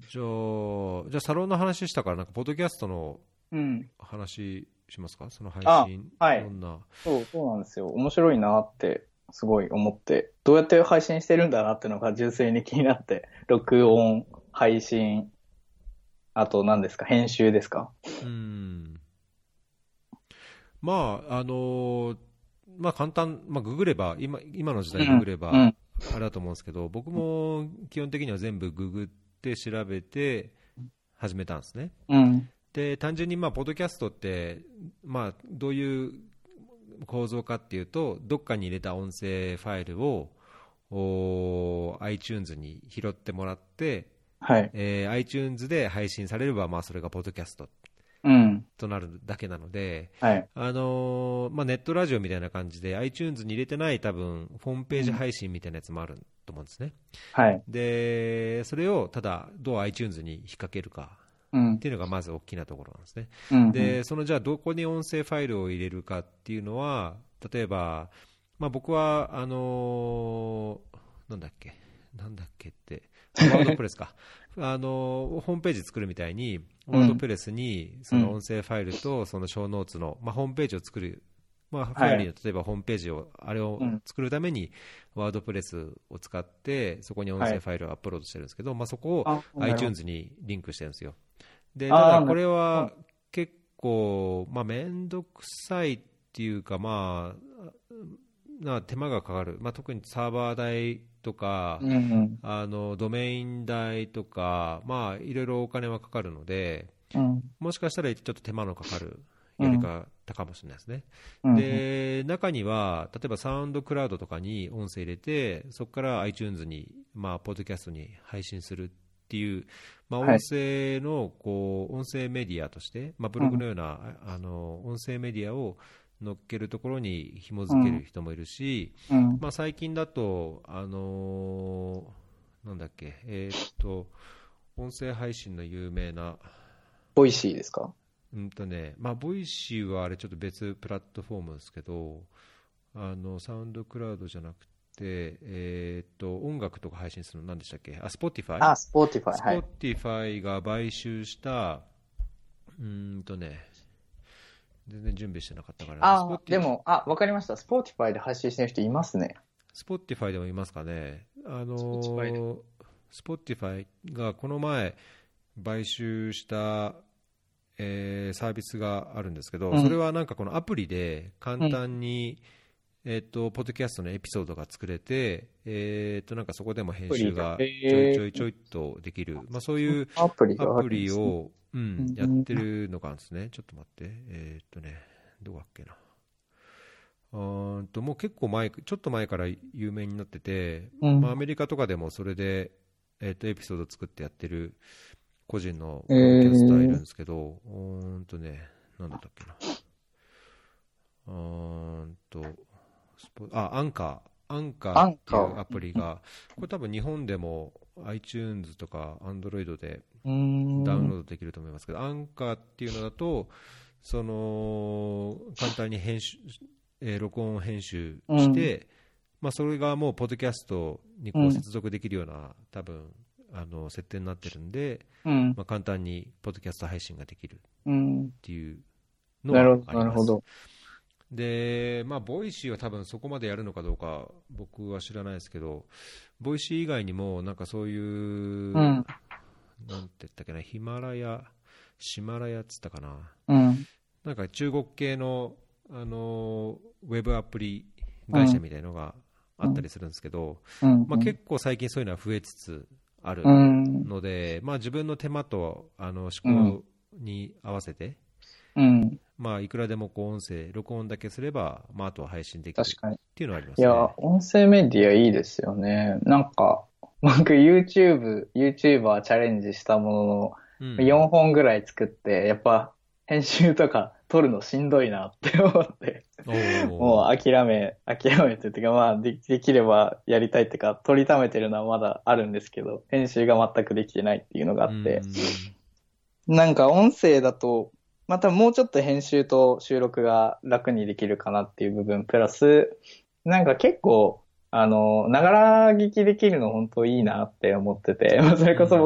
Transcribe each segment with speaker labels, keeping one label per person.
Speaker 1: じゃあサロンの話したから、なんかポッドキャストの
Speaker 2: うん。
Speaker 1: 話しますか？その配
Speaker 2: あ、
Speaker 1: 信、
Speaker 2: はい。
Speaker 1: どんな。
Speaker 2: そうなんですよ。面白いなって、すごい思って、どうやって配信してるんだなっていうのが純粋に気になって、録音、配信、あと何ですか、編集ですか？
Speaker 1: うん。まあ、まあ簡単、まあググれば、今の時代ググ
Speaker 2: うん、
Speaker 1: れば、
Speaker 2: うん、
Speaker 1: あれだと思うんですけど、僕も基本的には全部ググって調べて始めたんですね。
Speaker 2: うん、
Speaker 1: で、単純にまあ、ポッドキャストって、まあ、どういう構造かっていうと、どっかに入れた音声ファイルをiTunes に拾ってもらって、
Speaker 2: はい。
Speaker 1: iTunes で配信されれば、まあ、それがポッドキャスト
Speaker 2: うん、
Speaker 1: となるだけなので、
Speaker 2: はい。
Speaker 1: まあ、ネットラジオみたいな感じで iTunes に入れてない多分ホームページ
Speaker 2: うん、
Speaker 1: 配信みたいなやつもあると思うんですね。
Speaker 2: はい。
Speaker 1: でそれをただどう iTunes に引っ掛けるか
Speaker 2: うん、
Speaker 1: っていうのがまず大きなところなんですね。
Speaker 2: うん、うん、
Speaker 1: で、そのじゃあどこに音声ファイルを入れるかっていうのは、例えば、まあ、僕はなんだっけ、なんだっけって、ワードプレスか、ホームページ作るみたいに、ワード
Speaker 2: うん、
Speaker 1: プレスにその
Speaker 2: うん、
Speaker 1: 音声ファイルとその小ノーツの、まあ、ホームページを作る、まあ、ファイルに
Speaker 2: はい。
Speaker 1: 例えばホームページをあれを
Speaker 2: うん、
Speaker 1: 作るためにワードプレスを使ってそこに音
Speaker 2: はい。
Speaker 1: 声ファイルをアップロードしてるんですけど、まあ、そこを
Speaker 2: あ、なるほど。
Speaker 1: iTunes にリンクしてるんですよ。で、た
Speaker 2: ああ、
Speaker 1: だこれ
Speaker 2: うん、
Speaker 1: は結構、まあ、めんどくさいっていうか、まあ、手間がかかる、まあ、特にサーバー代とか、
Speaker 2: うん、
Speaker 1: ドメイン代とか、まあ、いろいろお金はかかるので、
Speaker 2: うん、
Speaker 1: もしかしたらちょっと手間のかかるやり
Speaker 2: うん、
Speaker 1: 方かもしれないですね。
Speaker 2: うん、
Speaker 1: で、中には、例えばサウンドクラウドとかに音声入れて、そこから iTunes に、まあ、ポッドキャストに配信するっていう、まあ、音
Speaker 2: はい。
Speaker 1: 声の、音声メディアとして、まあ、ブ
Speaker 2: うん、
Speaker 1: ログのような、音声メディアを乗っけるところに紐付ける
Speaker 2: うん、
Speaker 1: 人もいるし、
Speaker 2: うん。
Speaker 1: まあ、最近だと、なんだっけ、音声配信の有名な、
Speaker 2: ボイシーですか？
Speaker 1: まあ、ボイシーはあれちょっと別プラットフォームですけど、サウンドクラウドじゃなくて、音楽とか配信するの何でしたっけ？あ、スポティファイ
Speaker 2: あ、スポーティファイ、
Speaker 1: ス
Speaker 2: はい。
Speaker 1: ポティファイが買収した、うーんとね、全然準備してなかったからな。
Speaker 2: あ、でも、あ、わかりました。スポーティファイで配信してる人いますね。
Speaker 1: スポティファイでもいますかね。
Speaker 2: スポーティファイで。
Speaker 1: スポティファイがこの前買収した、サービスがあるんですけど、それ
Speaker 2: うん、
Speaker 1: はなんかこのアプリで簡
Speaker 2: うん。
Speaker 1: 単に、ポッドキャストのエピソードが作れて、なんかそこでも編
Speaker 2: アプリが。
Speaker 1: 集がちょいちょいちょいっとできる、まあ、そう
Speaker 2: そん
Speaker 1: いう
Speaker 2: なアプリがあ
Speaker 1: アプ
Speaker 2: るんですね。
Speaker 1: リを、やっ
Speaker 2: うん、
Speaker 1: てるのがあるんですね。ちょっと待って、どこだっけな。もう結構前、ちょっと前から有名になってて、まあ、ア
Speaker 2: うん。
Speaker 1: メリカとかでもそれで、エピソード作ってやってる個人の
Speaker 2: え
Speaker 1: ポッドキャスターいるん
Speaker 2: ー、
Speaker 1: ですけど、なんだったっけな。うーんと、アンカー。アンカーっ
Speaker 2: アンカー。
Speaker 1: ていうアプリが、これ多分日本でも iTunes とか Android で
Speaker 2: うー
Speaker 1: ダウンロ
Speaker 2: ん。
Speaker 1: ードできると思いますけど、アンカーっていうのだと、簡単に録音編集
Speaker 2: うん。
Speaker 1: して、まあ、それがもうポッドキャストに
Speaker 2: うん。
Speaker 1: 接続できるような多分設定になってるんで、
Speaker 2: うん。
Speaker 1: まあ、簡単にポッドキャスト配信ができるっ
Speaker 2: うん。
Speaker 1: ていうのは
Speaker 2: なるほど、
Speaker 1: あります。
Speaker 2: なるほど。
Speaker 1: で、まあ、ボイシーは多分そこまでやるのかどうか僕は知らないですけど、ボイシー以外にもなんかそういう、
Speaker 2: うん。
Speaker 1: なんて言ったっけな、シマラヤっつったかな、
Speaker 2: うん。
Speaker 1: なんか中国系の、ウェブアプリ
Speaker 2: うん。
Speaker 1: 会社みたいのがあ
Speaker 2: うん。
Speaker 1: ったりするんですけど、
Speaker 2: うん。
Speaker 1: まあ、結構最近そういうのは増えつつあ
Speaker 2: う
Speaker 1: る
Speaker 2: ん。
Speaker 1: ので、まあ、自分の手間と思
Speaker 2: うん。
Speaker 1: 考に合わせて、
Speaker 2: うん。
Speaker 1: まあ、いくらでも音声、録音だけすれば、まあ、あとは配信できるっ
Speaker 2: 確かに。
Speaker 1: ていうのはありま
Speaker 2: いや、
Speaker 1: すね。
Speaker 2: 音声メディアいいですよね。なんか、僕 YouTuber チャレンジしたものの、
Speaker 1: うん。
Speaker 2: 4本ぐらい作って、やっぱ編集とか撮るのしんどいなって思って、
Speaker 1: お
Speaker 2: も
Speaker 1: お。
Speaker 2: う諦めてっていうか、まあできればやりたいっていうか、撮りためてるのはまだあるんですけど、編集が全くできてないっていうのがあ
Speaker 1: う
Speaker 2: って、
Speaker 1: ん。
Speaker 2: なんか音声だと、またもうちょっと編集と収録が楽にできるかなっていう部分、プラス、なんか結構、ながら聞きできるの本当いいなって思ってて、まあそれ
Speaker 1: う
Speaker 2: こそ僕、
Speaker 1: ん。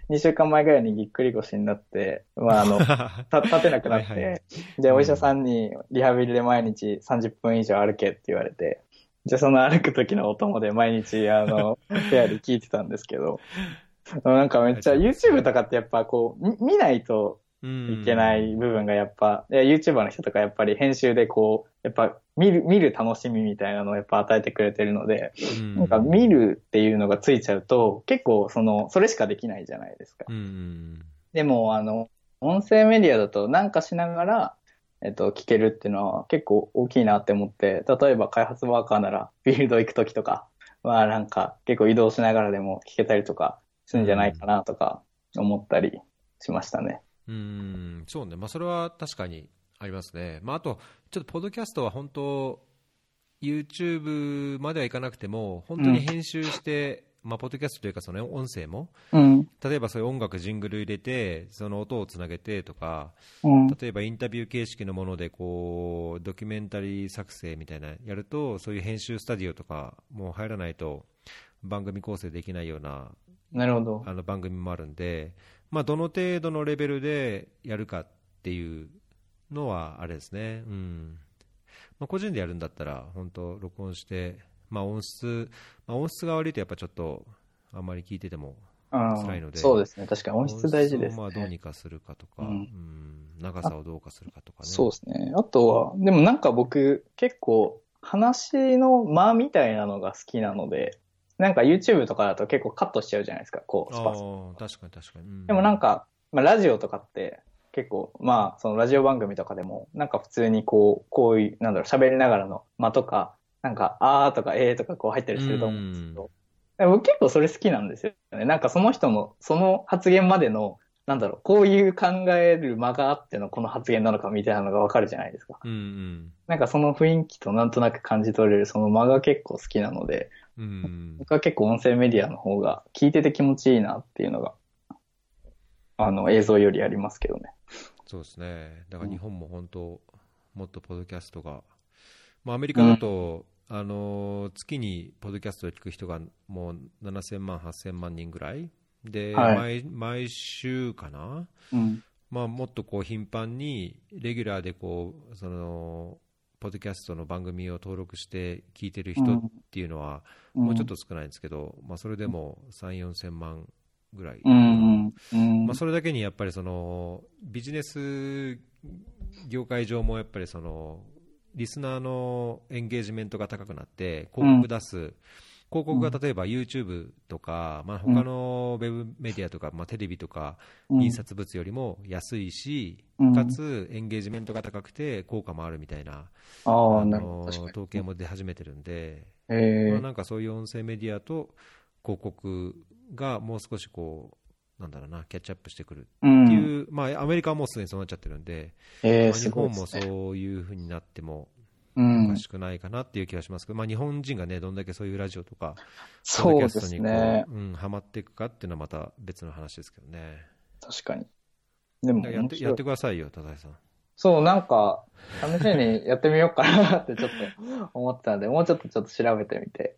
Speaker 2: 2週間前ぐらいにぎっくり腰になって、まあ立てなくなって、
Speaker 1: はいはい、
Speaker 2: で、お医者さんにリハビリで毎日30分以上歩けって言われて、じゃあその歩く時のお供で毎日ペアで聞いてたんですけど、なんかめっちゃ YouTube とかってやっぱこう、見ないといけない部分がやっぱ、YouTuber の人とかやっぱり編集でこう、やっぱ見る楽しみみたいなのをやっぱ与えてくれてるので、なんか見るっていうのがついちゃうと、結構それしかできないじゃないですか。でも音声メディアだとなんかしながら、聞けるっていうのは結構大きいなって思って、例えば開発ワーカーならフィールド行くときとかはなんか結構移動しながらでも聞けたりとかするんじゃないかなとか思ったりしましたね。
Speaker 1: そうね、まあ、それは確かにありますね。まあ、あと、ちょっとポッドキャストは本当、YouTube まではいかなくても、本当に編集して、まあ、ポッドキャストというか、その音声も、例えばそういう音楽、ジングル入れて、その音をつなげてとか、例えばインタビュー形式のものでこう、ドキュメンタリー作成みたいなやると、そういう編集スタジオとかもう入らないと、番組構成できないような、
Speaker 2: なるほど。
Speaker 1: 番組もあるんで、まあ、どの程度のレベルでやるかっていうのはあれですね、まあ、個人でやるんだったら本当録音して、まあ、音質が悪いとやっぱちょっとあんまり聞いてても辛いので、
Speaker 2: そうですね、確かに音質大事ですね。
Speaker 1: 音質をまあどうにかするかとか、長さをどうかするかとかね。
Speaker 2: そうですね。あとはでもなんか僕結構話の間みたいなのが好きなので、なんか YouTube とかだと結構カットしちゃうじゃないですか、こうスパスパ。
Speaker 1: 確かに確かに、
Speaker 2: でもなんか、まあ、ラジオとかって結構、まあそのラジオ番組とかでもなんか普通にこういうなんだろう喋りながらの間とかなんかあーとかえーとかこう入ったりすると思うんですけど、僕結構それ好きなんですよね。なんかその人のその発言までのなんだろう、こういう考える間があってのこの発言なのかみたいなのがわかるじゃないですか。なんかその雰囲気となんとなく感じ取れるその間が結構好きなので、僕は結構音声メディアの方が聞いてて気持ちいいなっていうのが、映像よりありますけどね。
Speaker 1: そうですね。だから日本も本当、もっとポッドキャストが、まあ、アメリカだと、月にポッドキャストを聞く人がもう7000万、8000万人ぐらいで、毎週かな、まあ、もっとこう頻繁にレギュラーでこうそのポッドキャストの番組を登録して聞いてる人っていうのはもうちょっと少ないんですけど、まあ、それでも3、4000万ぐらい、まあ、それだけにやっぱりそのビジネス業界上もやっぱりそのリスナーのエンゲージメントが高くなって広告出す、広告が例えば YouTube とか、まあ、他のウェブメディアとか、まあ、テレビとか印刷物よりも安いし、かつエンゲージメントが高くて効果もあるみたいな、統計も出始めてるんで、まあ、なんかそういう音声メディアと広告がもう少しこうなんだろうな、キャッチアップしてくるっていう、まあ、アメリカはもうすでにそうなっちゃってるんで、まあ、日本もそういうふうになってもおかしくないかなっていう気がしますけど、まあ、日本人がねどんだけそういうラジオとかポッドキャストにこう、ハマっていくかっていうのはまた別の話ですけどね。
Speaker 2: 確かに。でも
Speaker 1: やってくださいよ、高橋さん。
Speaker 2: そう、なんか試しにやってみようかなってちょっと思ってたので、もうちょっと調べてみて。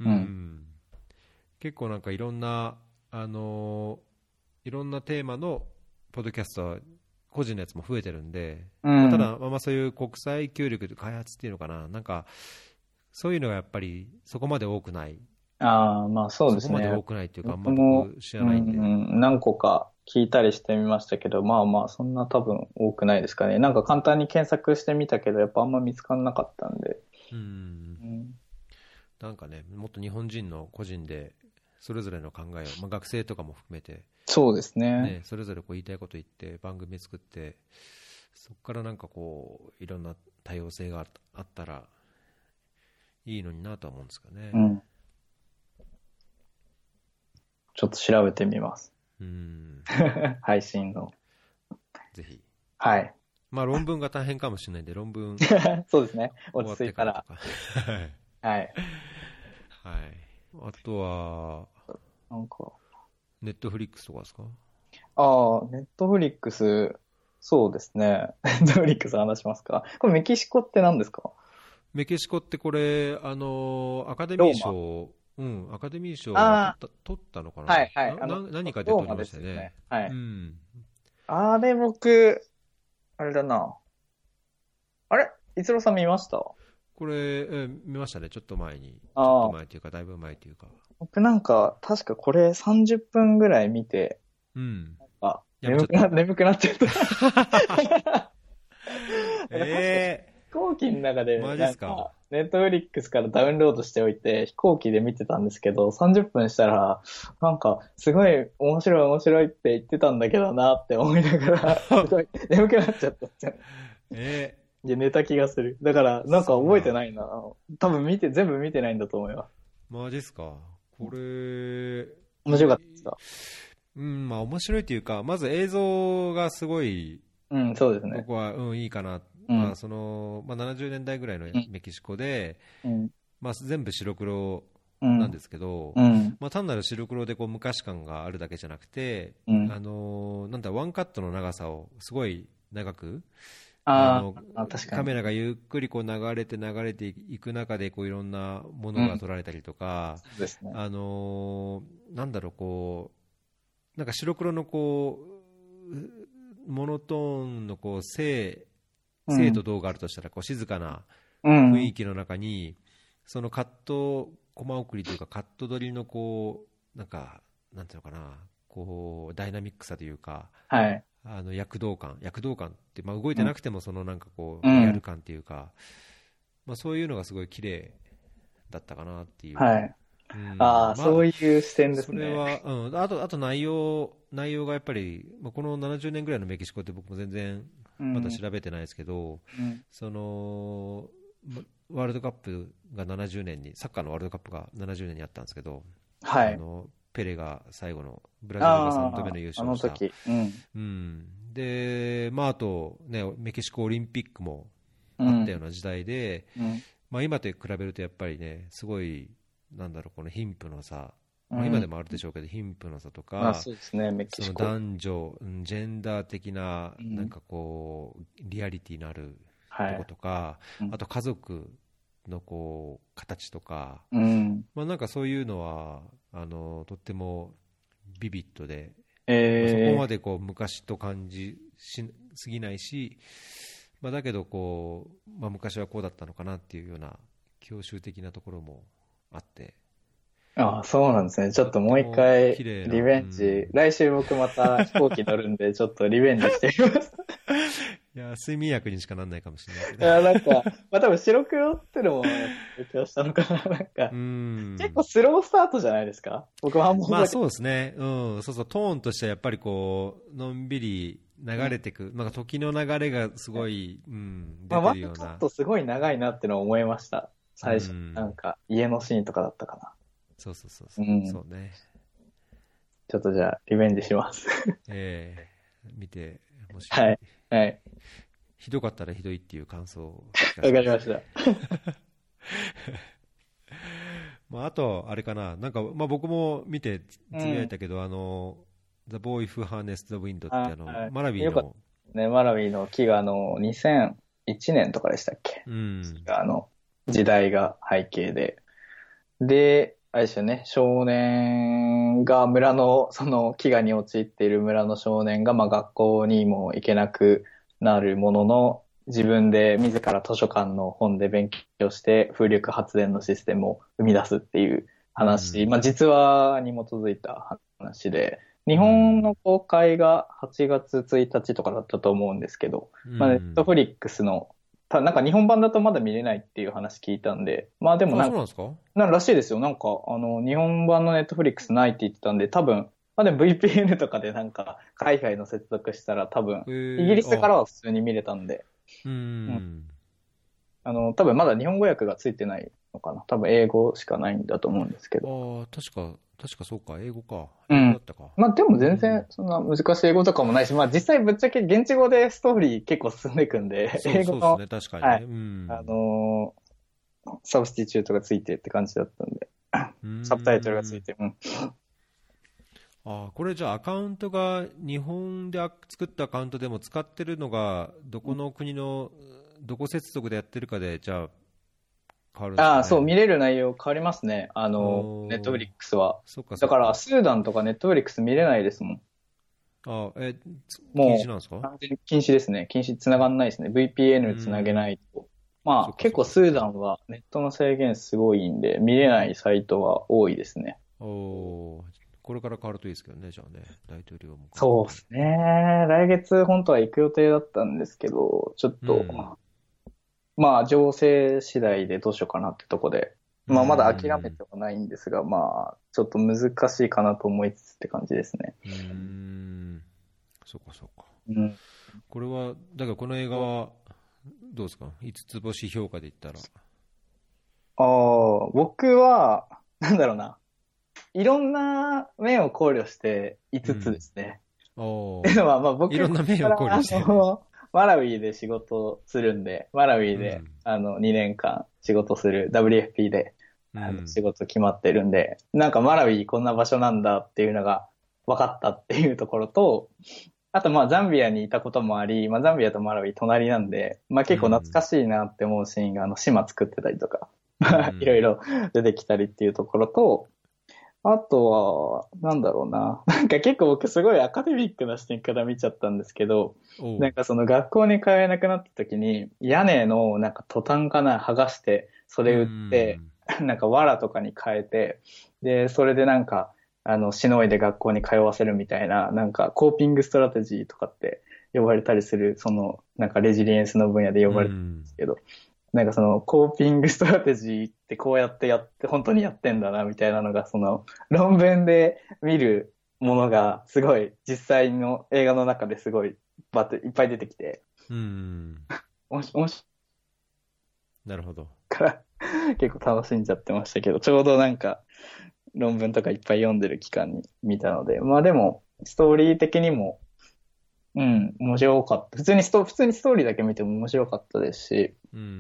Speaker 1: 結構なんかいろんなテーマのポッドキャストは個人のやつも増えてるんで、ただ、まあ、そういう国際協力で開発っていうのかな、なんかそういうのがやっぱりそこまで多くない。
Speaker 2: まあそうですね。
Speaker 1: そこまで多くないっていうか、あんま僕知らないんで。
Speaker 2: 何個か聞いたりしてみましたけど、まあまあそんな多分多くないですかね。なんか簡単に検索してみたけど、やっぱあんま見つからなかったんで。
Speaker 1: なんかね、もっと日本人の個人でそれぞれの考えを、まあ、学生とかも含めて、
Speaker 2: そうですね。
Speaker 1: それぞれこう言いたいこと言って番組作って、そこからなんかこういろんな多様性があったらいいのになとは思うんですかね。
Speaker 2: ちょっと調べてみます。配信の。
Speaker 1: ぜひ。
Speaker 2: はい。
Speaker 1: まあ論文が大変かもしれないんで、論文
Speaker 2: そうですね。落ち着いたら。はい。
Speaker 1: あとは
Speaker 2: なんか
Speaker 1: ネットフリックスとかですか？
Speaker 2: ネットフリックス、そうですね。ネットフリックス話しますか？これメキシコって何ですか？
Speaker 1: メキシコってこれ、アカデミー賞アカデミー賞
Speaker 2: あ
Speaker 1: 取ったのかな、
Speaker 2: はいはい。
Speaker 1: 何かで取りました
Speaker 2: ローマですよね。
Speaker 1: ね。
Speaker 2: はい。
Speaker 1: うん。
Speaker 2: あれ僕、あれだな。あれ逸郎さん見ました？
Speaker 1: これ、見ましたね、ちょっと前に。ちょっと
Speaker 2: ああ、
Speaker 1: 前というか、だいぶ前というか。
Speaker 2: 僕なんか、確かこれ30分ぐらい見て、
Speaker 1: うん。
Speaker 2: あ、
Speaker 1: やめちゃった。
Speaker 2: 眠くなっちゃった。なんか確か
Speaker 1: え
Speaker 2: 飛行機の中
Speaker 1: ー、
Speaker 2: で、
Speaker 1: マジっすか。
Speaker 2: なんか、ネットフリックスからダウンロードしておいて、飛行機で見てたんですけど、30分したら、なんか、すごい面白いって言ってたんだけどなって思いながら、すごい眠くなっちゃった。
Speaker 1: え
Speaker 2: いや、寝た気がする。だから、
Speaker 1: ー、
Speaker 2: なんか
Speaker 1: そうなん。
Speaker 2: 覚えてないな。多分全部見てないんだと思います。
Speaker 1: マジっすか。これ、
Speaker 2: 面白かったですか？
Speaker 1: まあ面白いというか、まず映像がすごい、
Speaker 2: うん、そうですね。
Speaker 1: 僕は、いいかな。まあ
Speaker 2: うん、
Speaker 1: 70年代ぐらいの
Speaker 2: うん、
Speaker 1: メキシコで、
Speaker 2: うん、
Speaker 1: まあ、全部白黒
Speaker 2: うん、
Speaker 1: なんですけど、
Speaker 2: うん、
Speaker 1: まあ、単なる白黒でこう昔感があるだけじゃなくて、
Speaker 2: うん。
Speaker 1: なんだ、ワンカットの長さをすごい長く、あ
Speaker 2: あ
Speaker 1: の
Speaker 2: あ、確かに。
Speaker 1: カメラがゆっくりこう流れていく中でこういろんなものが
Speaker 2: うん、
Speaker 1: 撮られたりとか、
Speaker 2: そうですね。
Speaker 1: なんだろう、こうなんか白黒のこうモノトーンのこう静と
Speaker 2: うん、
Speaker 1: 動があるとしたらこう静かな
Speaker 2: うん、
Speaker 1: 雰囲気の中にそのカットコマ送りというかカット撮りのこうなんていうのかな、こうダイナミックさというか、
Speaker 2: はい。
Speaker 1: 躍動感って、まあ、動いてなくてもそのなんかこうリアル
Speaker 2: うん、
Speaker 1: 感というか、まあ、そういうのがすごい綺麗だったかなっていう。
Speaker 2: はい。ああ、
Speaker 1: まあ
Speaker 2: そういう視点ですね。
Speaker 1: それは、あと内容がやっぱり、まあ、この70年ぐらいのメキシコって僕も全然まだ
Speaker 2: うん、
Speaker 1: 調べてないですけど、
Speaker 2: うん、
Speaker 1: そのワールドカップが70年に、サッカーのワールドカップが70年にあったんですけど、
Speaker 2: はい。
Speaker 1: ペレが最後の、ブラジルが3度目
Speaker 2: ああ、
Speaker 1: の優
Speaker 2: あ
Speaker 1: 勝した、
Speaker 2: の時。うん、
Speaker 1: で、まあ、あと、ね、メキシコオリンピックもあったよう
Speaker 2: うん、
Speaker 1: な時代で、
Speaker 2: うん、
Speaker 1: まあ、今と比べるとやっぱりね、すごい、なんだろう、この貧富の差、まあ、今で
Speaker 2: うん。
Speaker 1: もあるでしょうけど、貧富の差と
Speaker 2: まあ
Speaker 1: か、
Speaker 2: そうですね、メキ
Speaker 1: その
Speaker 2: シコ。
Speaker 1: 男女、ジェンダー的な、
Speaker 2: うん、
Speaker 1: なんかこう、リアリティのあるとこ
Speaker 2: はい。
Speaker 1: とか、
Speaker 2: うん、
Speaker 1: あと家族のこう、形とか、
Speaker 2: うん。
Speaker 1: まあ、なんかそういうのは、とってもビビッドで、まあ、そこま
Speaker 2: ええ
Speaker 1: でこう昔と感じすぎないし、まあ、だけどこう、まあ、昔はこうだったのかなっていうような郷愁的なところもあって、
Speaker 2: ああ、そうなんですね。ちょ
Speaker 1: とって
Speaker 2: っともう一
Speaker 1: も綺
Speaker 2: 回、リ
Speaker 1: 麗な、
Speaker 2: ベンジ。来週僕また飛行機乗るんで、ちょっとリベンジしてみます。
Speaker 1: いや睡眠薬にしかなんないかもしれないけど
Speaker 2: いや、なんか、まあ多分白黒ってのもやっぱ影響したのかな。なんか、結構スロースタートじゃないですか？僕はあんま覚えて
Speaker 1: まあそうですね、そうそう、トーンとしてはやっぱりこうのんびり流
Speaker 2: ない。うん。
Speaker 1: れてく、なんか時の流れがすごい、出
Speaker 2: まあ、
Speaker 1: て
Speaker 2: ワン
Speaker 1: るような、
Speaker 2: カットすごい長いなってのを思いました。
Speaker 1: う
Speaker 2: 最初、なん
Speaker 1: ん、
Speaker 2: か、家のシーンとかだったか
Speaker 1: そうそうそう
Speaker 2: な。
Speaker 1: そう、
Speaker 2: うん。
Speaker 1: そうね、
Speaker 2: ちょっとじゃあ、リベンジします。
Speaker 1: 見て、もし
Speaker 2: はい。はい。
Speaker 1: ひどかったらひどいっていう感想を聞か
Speaker 2: わ
Speaker 1: せてください。
Speaker 2: かりました。
Speaker 1: まあ、あと、あれかな、なんか、まあ、僕も見てつぶやい
Speaker 2: うん。
Speaker 1: たけど、The Boy Who Harnessed the Wind って
Speaker 2: はい。
Speaker 1: マラビー
Speaker 2: よかった
Speaker 1: の、
Speaker 2: ね。マラウィの木が2001年とかでしたっけ？
Speaker 1: うん、
Speaker 2: 時代が背景で。で、あれですよね、少年がその飢餓に陥っている村の少年が、まあ学校にも行けなくなるものの、自分で自ら図書館の本で勉強して風力発電のシステムを生み出すっていう
Speaker 1: う
Speaker 2: 話、まあ
Speaker 1: ん、
Speaker 2: 実話に基づいた話で、日
Speaker 1: うん、
Speaker 2: 本の公開が8月1日とかだったと思うんですけど、
Speaker 1: う
Speaker 2: まあネット
Speaker 1: ん。
Speaker 2: フリックスのなんか日本版だとまだ見れないっていう話聞いたんで、まあでも
Speaker 1: あ、そうなんですか？
Speaker 2: なんらしいですよ。なんか、日本版のネットフリックスないって言ってたんで、多分、まあでも VPN とかでなんか、海外の接続したら多分、イギリスからは普通に見れたんで、
Speaker 1: う
Speaker 2: うん。
Speaker 1: ん。
Speaker 2: 多分まだ日本語訳がついてないのかな。多分英語しかないんだと思うんですけど。
Speaker 1: 確かそうか、英語か。
Speaker 2: うん。
Speaker 1: 英語だったか。
Speaker 2: まあでも全然、
Speaker 1: うん。
Speaker 2: そんな難しい英語とかもないし、まあ実際ぶっちゃけ現地語でストーリー結構進んでいくんで、英語の、
Speaker 1: そうですね、確かにね。
Speaker 2: はい、
Speaker 1: う
Speaker 2: あ
Speaker 1: ん。
Speaker 2: のサブスティチュートがついてって感じだったんで、
Speaker 1: う
Speaker 2: サブタイトルがつい
Speaker 1: ん。
Speaker 2: て、うん。
Speaker 1: これじゃあアカウントが日本で作ったアカウントでも使ってるのがどこの国のどこ接続でやってるかでじゃあ変わるんですかね。
Speaker 2: ああ、そう、見れる内容変わりますね。ネットフリックスは。
Speaker 1: そっかそっか。
Speaker 2: だから、スーダンとかネットフリックス見れないですもん。
Speaker 1: 禁
Speaker 2: もう、
Speaker 1: 止なんですか？
Speaker 2: 完全に禁止ですね。禁止繋がんないですね。VPN 繋げないと。まあ、
Speaker 1: そっかそっか。
Speaker 2: 結構スーダンはネットの制限すごいんで、見れないサイトは多いですね。
Speaker 1: これから変わるといいですけどね、じゃあね、大統領も。
Speaker 2: そうですね。来月本当は行く予定だったんですけど、ちょっと、まあ、情勢次第でどうしようかなってとこで、まあ、まだ諦めてはないんですが、まあ、ちょっと難しいかなと思いつつって感じですね。
Speaker 1: そうかそうか。
Speaker 2: うん。
Speaker 1: これは、だからこの映画は、どうですか？ 5 つ星評価で言ったら。
Speaker 2: ああ、僕は、なんだろうな。いろんな面を考慮して5つですね。っていうのは、まあ僕
Speaker 1: いろんな面を考慮して。
Speaker 2: マラウィで仕事するんで、マラウィで、2年間仕事する WFP で、仕事決まってるんで、なんかマラウィこんな場所なんだっていうのが分かったっていうところと、あとまあザンビアにいたこともあり、まあザンビアとマラウィ隣なんで、まあ結構懐かしいなって思うシーンが島作ってたりとか、いろいろ出てきたりっていうところと、あとは、なんだろうな。なんか結構僕すごいアカデミックな視点から見ちゃったんですけど、なんかその学校に通えなくなった時に、屋根のなんかトタンかな、剥がして、それ売って、なんか藁とかに変えて、で、それでなんか、しのいで学校に通わせるみたいな、なんかコーピングストラテジーとかって呼ばれたりする、その、なんかレジリエンスの分野で呼ばれてるんですけど、なんかそのコーピングストラテジーってこうやって本当にやってんだなみたいなのがその論文で見るものがすごい実際の映画の中ですごいいっぱい出てきて。
Speaker 1: なるほど。
Speaker 2: から結構楽しんじゃってましたけど、ちょうどなんか論文とかいっぱい読んでる期間に見たので、まあでもストーリー的にも面白かった。普通にストーリーだけ見ても面白かったですし、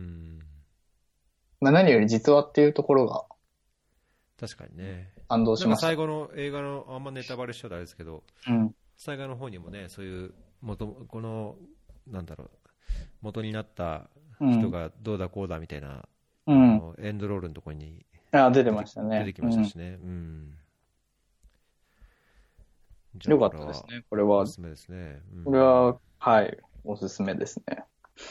Speaker 2: まあ何より実話っていうところが、
Speaker 1: 確かにね。
Speaker 2: 感動しました。
Speaker 1: 最後の映画の、あんまネタバレしちゃあれですけど、最後の方にもね、そういう、この、なんだろう、元になった人がどうだこうだみたいな、エンドロールのところに
Speaker 2: 出てましたね。
Speaker 1: 出てきましたしね。
Speaker 2: よかったですね、これは。
Speaker 1: おすすめですね。
Speaker 2: これは、はい、おすすめですね。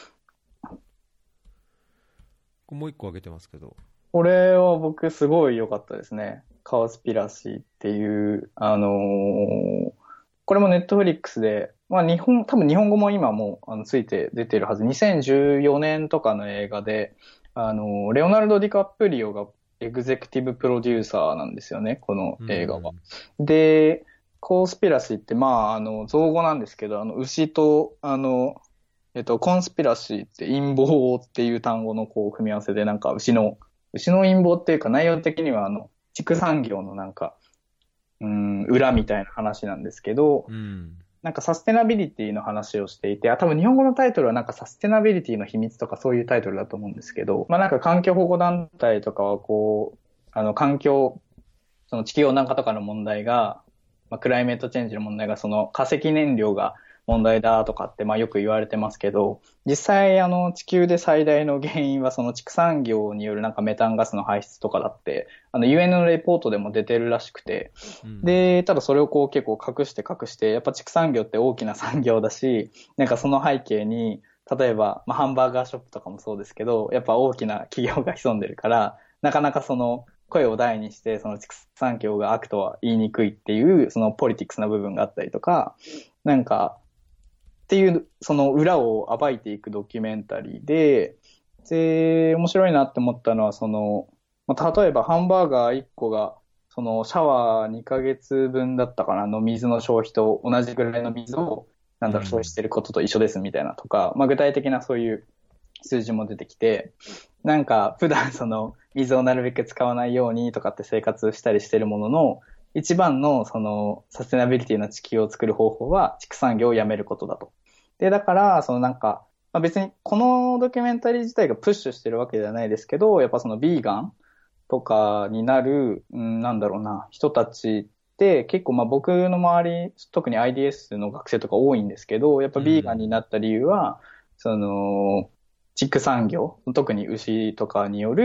Speaker 1: もう一個挙げてますけど。
Speaker 2: これは僕すごい良かったですね。カワスピラシーっていう、これもネットフリックスで、まあ多分日本語も今もついて出てるはず。2014年とかの映画で、レオナルド・ディカプリオがエグゼクティブプロデューサーなんですよね、この映画は。で、コースピラシーって、まあ、造語なんですけど、牛と、コンスピラシーって陰謀っていう単語のこう組み合わせで、なんか牛の陰謀っていうか内容的には畜産業のなんか、裏みたいな話なんですけど、なんかサステナビリティの話をしていて、多分日本語のタイトルはなんかサステナビリティの秘密とかそういうタイトルだと思うんですけど、まあなんか環境保護団体とかはこう、その地球温暖化とかの問題が、まあ、クライメートチェンジの問題がその化石燃料が問題だとかってまあよく言われてますけど、実際地球で最大の原因はその畜産業によるなんかメタンガスの排出とかだって、UN のレポートでも出てるらしくて、で、ただそれをこう結構隠して、やっぱ畜産業って大きな産業だし、なんかその背景に、例えば、まあ、ハンバーガーショップとかもそうですけど、やっぱ大きな企業が潜んでるから、なかなかその声を大にして、その畜産業が悪とは言いにくいっていう、そのポリティクスな部分があったりとか、なんか、っていう、その裏を暴いていくドキュメンタリーで、面白いなって思ったのは、まあ、例えばハンバーガー1個が、シャワー2ヶ月分だったかなの水の消費と同じぐらいの水を、消費してることと一緒ですみたいなとか、まあ、具体的なそういう数字も出てきて、なんか普段水をなるべく使わないようにとかって生活したりしてるものの、一番のサステナビリティな地球を作る方法は畜産業をやめることだと。で、だから、まあ、別にこのドキュメンタリー自体がプッシュしてるわけではないですけど、やっぱビーガンとかになる、人たちって結構まあ僕の周り、特に IDS の学生とか多いんですけど、やっぱビーガンになった理由は、畜産業、特に牛とかによる、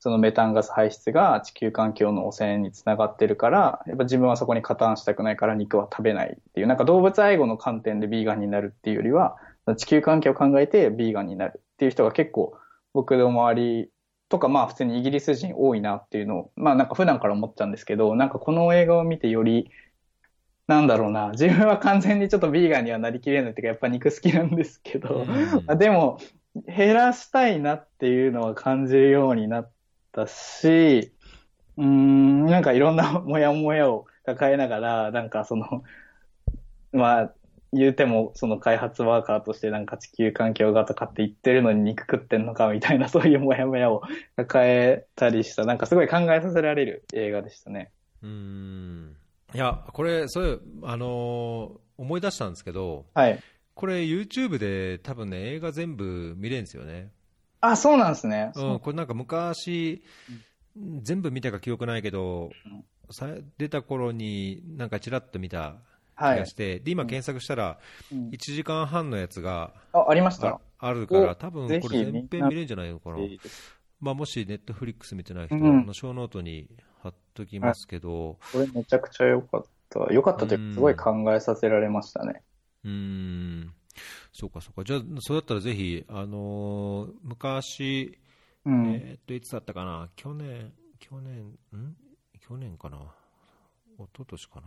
Speaker 2: そのメタンガス排出が地球環境の汚染につながってるから、やっぱ自分はそこに加担したくないから肉は食べないっていう、なんか動物愛護の観点でビーガンになるっていうよりは、地球環境を考えてビーガンになるっていう人が結構僕の周りとか、まあ普通にイギリス人多いなっていうのを、まあなんか普段から思っちゃうんですけど、なんかこの映画を見てより、なんだろうな、自分は完全にちょっとビーガンにはなりきれないっていうか、やっぱ肉好きなんですけど、でも減らしたいなっていうのは感じるようになったし、なんかいろんなモヤモヤを抱えながら、なんかその、まあ、言うてもその開発ワーカーとしてなんか地球環境がとかって言ってるのに肉食ってんのかみたいな、そういうモヤモヤを抱えたりした、なんかすごい考えさせられる映画でしたね。
Speaker 1: いや、これ、そういう、思い出したんですけど、
Speaker 2: はい。
Speaker 1: これ YouTube で多分ね、映画全部見れるんですよね。
Speaker 2: あ、そうなんですね。
Speaker 1: これなんか昔、全部見たか記憶ないけど、出た頃になんかちらっと見た気がして、で、今検索したら、1時間半のやつが
Speaker 2: ありました。
Speaker 1: あるから、多分これ全編見れるんじゃないのかな。まあ、もしネットフリックス見てない人は、ショーノートに貼っときますけど、
Speaker 2: これめちゃくちゃ良かった。良かったというか、すごい考えさせられましたね。
Speaker 1: そうかそうか。じゃあ、そうだったらぜひ、昔、いつだったかな、去年かな、一昨年かな。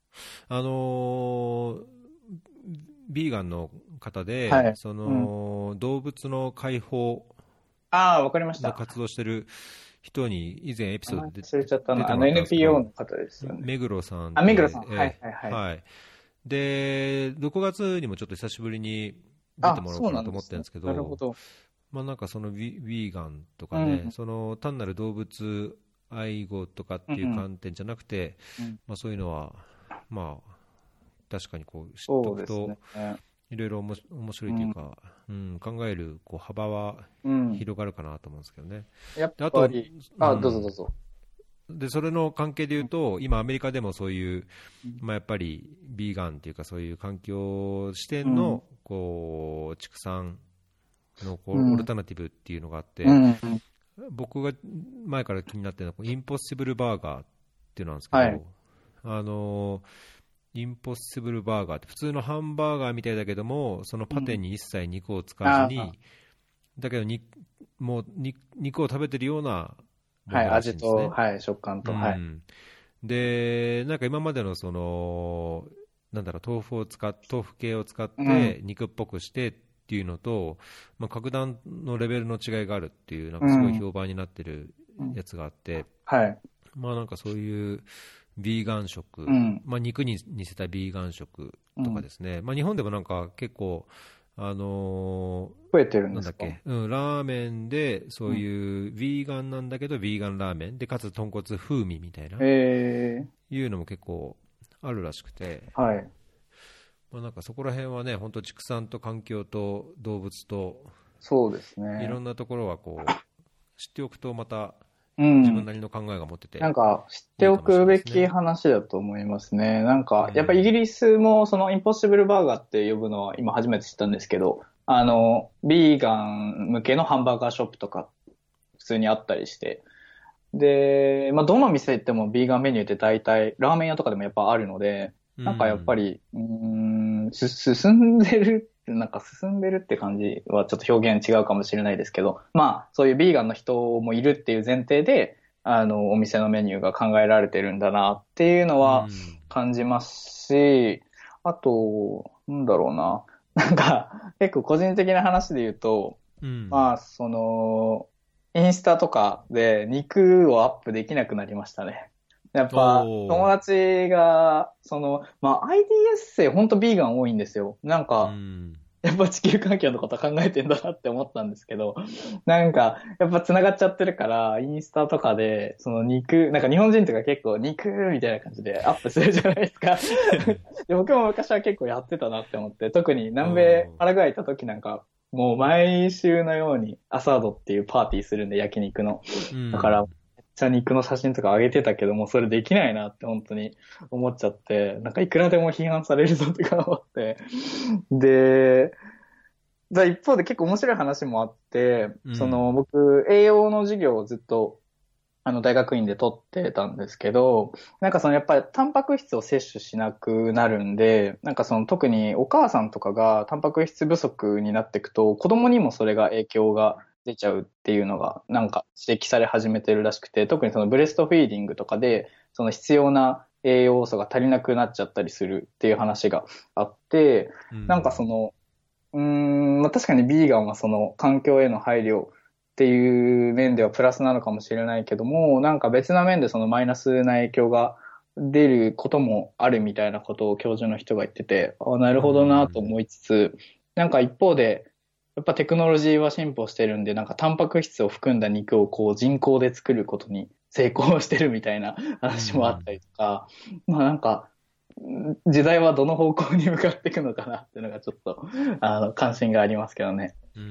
Speaker 1: ビーガンの方で、
Speaker 2: はい、
Speaker 1: その、動物の解放
Speaker 2: わかりました。
Speaker 1: 活動してる人に以前エピソードで
Speaker 2: 忘れちゃったな。NPO の方ですよね。
Speaker 1: 目黒さん。
Speaker 2: 目黒さん。はいはいはい。
Speaker 1: で、6月にもちょっと久しぶりに出てもらおうかなと思ってるんですけど、
Speaker 2: なるほど。
Speaker 1: まあなんかそのヴィーガンとかね、その単なる動物愛護とかっていう観点じゃなくて、まあそういうのは、まあ確かにこう知っとくと、いろいろ面白いというか、考えるこう幅は広がるかなと思うんですけどね。
Speaker 2: やっぱり、どうぞどうぞ。
Speaker 1: でそれの関係でいうと、今、アメリカでもそういう、まあ、やっぱりビーガンというか、そういう環境視点のこう畜産のこうオルタナティブっていうのがあって、僕が前から気になっているのは、インポッシブルバーガーっていうのなんですけど、インポッシブルバーガーって、普通のハンバーガーみたいだけども、そのパテに一切肉を使わずに、だけどもう肉を食べてるような、
Speaker 2: 味と、食感と、
Speaker 1: で、なんか今までのその、なんだろう、豆腐系を使って肉っぽくしてっていうのと、まあ、格段のレベルの違いがあるっていう、なんかすごい評判になってるやつがあって、まあなんかそういうビーガン食、まあ肉に似せたビーガン食とかですね、まあ日本でもなんか結構、
Speaker 2: 増えてるんですか？
Speaker 1: ラーメンでそういうビーガンなんだけどビーガンラーメンでかつ豚骨風味みたいな、いうのも結構あるらしくて、まあ、なんかそこら辺はね、本当畜産と環境と動物と、
Speaker 2: そうですね、
Speaker 1: いろんなところはこう知っておくとまた自分なりの考えが持ってて、
Speaker 2: なんか知っておくべき話だと思いますね。なんかやっぱイギリスもそのインポッシブルバーガーって呼ぶのは今初めて知ったんですけど、ビーガン向けのハンバーガーショップとか普通にあったりして、で、まあどの店行ってもビーガンメニューって大体ラーメン屋とかでもやっぱあるので、なんかやっぱり進んでるって感じはちょっと表現違うかもしれないですけど、まあ、そういうビーガンの人もいるっていう前提で、お店のメニューが考えられてるんだなっていうのは感じますし、あと、なんだろうな。なんか、結構個人的な話で言うと、まあ、その、インスタとかで肉をアップできなくなりましたね。やっぱ、友達が、まあ、ID エッセイ、ほんとビーガン多いんですよ。なんか、やっぱ地球環境のこと考えてんだなって思ったんですけど、なんか、やっぱ繋がっちゃってるから、インスタとかで、その肉、なんか日本人とか結構肉みたいな感じでアップするじゃないですか。で僕も昔は結構やってたなって思って、特に南米、パラグアイ行った時なんか、もう毎週のようにアサードっていうパーティーするんで、焼肉の。だから、肉の写真とか上げてたけども、それできないなって本当に思っちゃって、なんかいくらでも批判されるぞとか思って。で、 一方で結構面白い話もあって、
Speaker 1: うん。
Speaker 2: 僕、栄養の授業をずっと、大学院で取ってたんですけど、なんかやっぱりタンパク質を摂取しなくなるんで、なんか特にお母さんとかがタンパク質不足になっていくと、子供にもそれが影響が出ちゃうっていうのが、なんか指摘され始めてるらしくて、特にブレストフィーディングとかで、必要な栄養素が足りなくなっちゃったりするっていう話があって、
Speaker 1: う
Speaker 2: なんか
Speaker 1: ん。
Speaker 2: まあ、確かにビーガンは環境への配慮っていう面ではプラスなのかもしれないけども、なんか別な面でマイナスな影響が出ることもあるみたいなことを教授の人が言ってて、あ、なる
Speaker 1: う
Speaker 2: ほどなと
Speaker 1: ん。
Speaker 2: 思いつつ、なんか一方で、やっぱテクノロジーは進歩してるんで、なんかタンパク質を含んだ肉を人工で作ることに成功してるみたいな
Speaker 1: う
Speaker 2: 話もあったり
Speaker 1: ん。
Speaker 2: とか、まあなんか、時代はどの方向に向かっていくのかなっていうのがちょっと、関心がありますけどね。
Speaker 1: うん。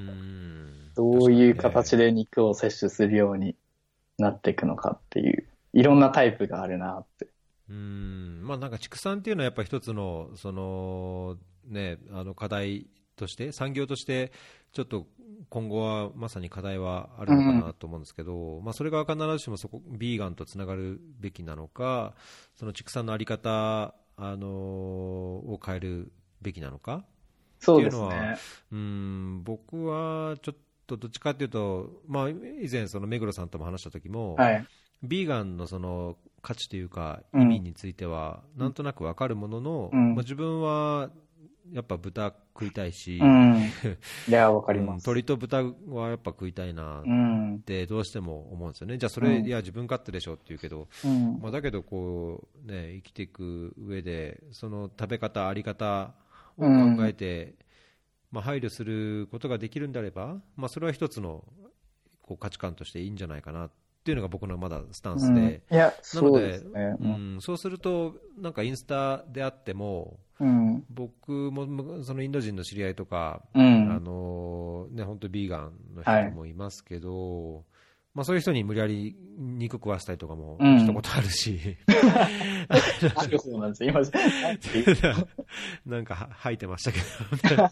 Speaker 1: 確か
Speaker 2: どういう
Speaker 1: にね。
Speaker 2: 形で肉を摂取するようになっていくのかっていう、いろんなタイプがあるなって。
Speaker 1: まあなんか畜産っていうのはやっぱ一つの、ね、課題として、産業として、ちょっと今後はまさに課題はあるのか
Speaker 2: うん。
Speaker 1: なと思うんですけど、まあそれが必ずしもビーガンとつながるべきなのか、その畜産のあり方、を変えるべきなのかって
Speaker 2: そう
Speaker 1: いうのは、
Speaker 2: ですね。
Speaker 1: 僕はちょっとどっちかっていうと、まあ以前その目黒さんとも話した時も、
Speaker 2: はい。
Speaker 1: ビーガンのその価値というか意味
Speaker 2: うん。
Speaker 1: についてはなんとなくわかるものの、まあ、
Speaker 2: うん。
Speaker 1: 自分はやっぱ豚食いたい
Speaker 2: う
Speaker 1: し、
Speaker 2: ん。いや、わか
Speaker 1: うん、
Speaker 2: ります。
Speaker 1: 鶏と豚はやっぱ食いたいなっ
Speaker 2: うん。
Speaker 1: てどうしても思うんですよね。じゃあそれい
Speaker 2: うん。
Speaker 1: や自分勝手でしょって言うけど、
Speaker 2: うん。
Speaker 1: まあ、だけどこう、ね、生きていく上でその食べ方あり方を考
Speaker 2: うん。
Speaker 1: えて、まあ、配慮することができるんであれば、まあ、それは一つのこう価値観としていいんじゃないかなっていうのが僕のまだスタン
Speaker 2: うん。
Speaker 1: スで、
Speaker 2: いや、そうで
Speaker 1: なので、
Speaker 2: すね。
Speaker 1: そうすると、なんかインスタであっても、
Speaker 2: うん。
Speaker 1: 僕もそのインド人の知り合いとか、
Speaker 2: うん。
Speaker 1: ね、本当ビーガンの
Speaker 2: はい。
Speaker 1: 人もいますけど、まあ、そういう人に無理やり肉食わせたりとかもしたこ
Speaker 2: うん。
Speaker 1: とあるし
Speaker 2: ある方なんですよ。今、なんていう
Speaker 1: なんか吐いてましたけど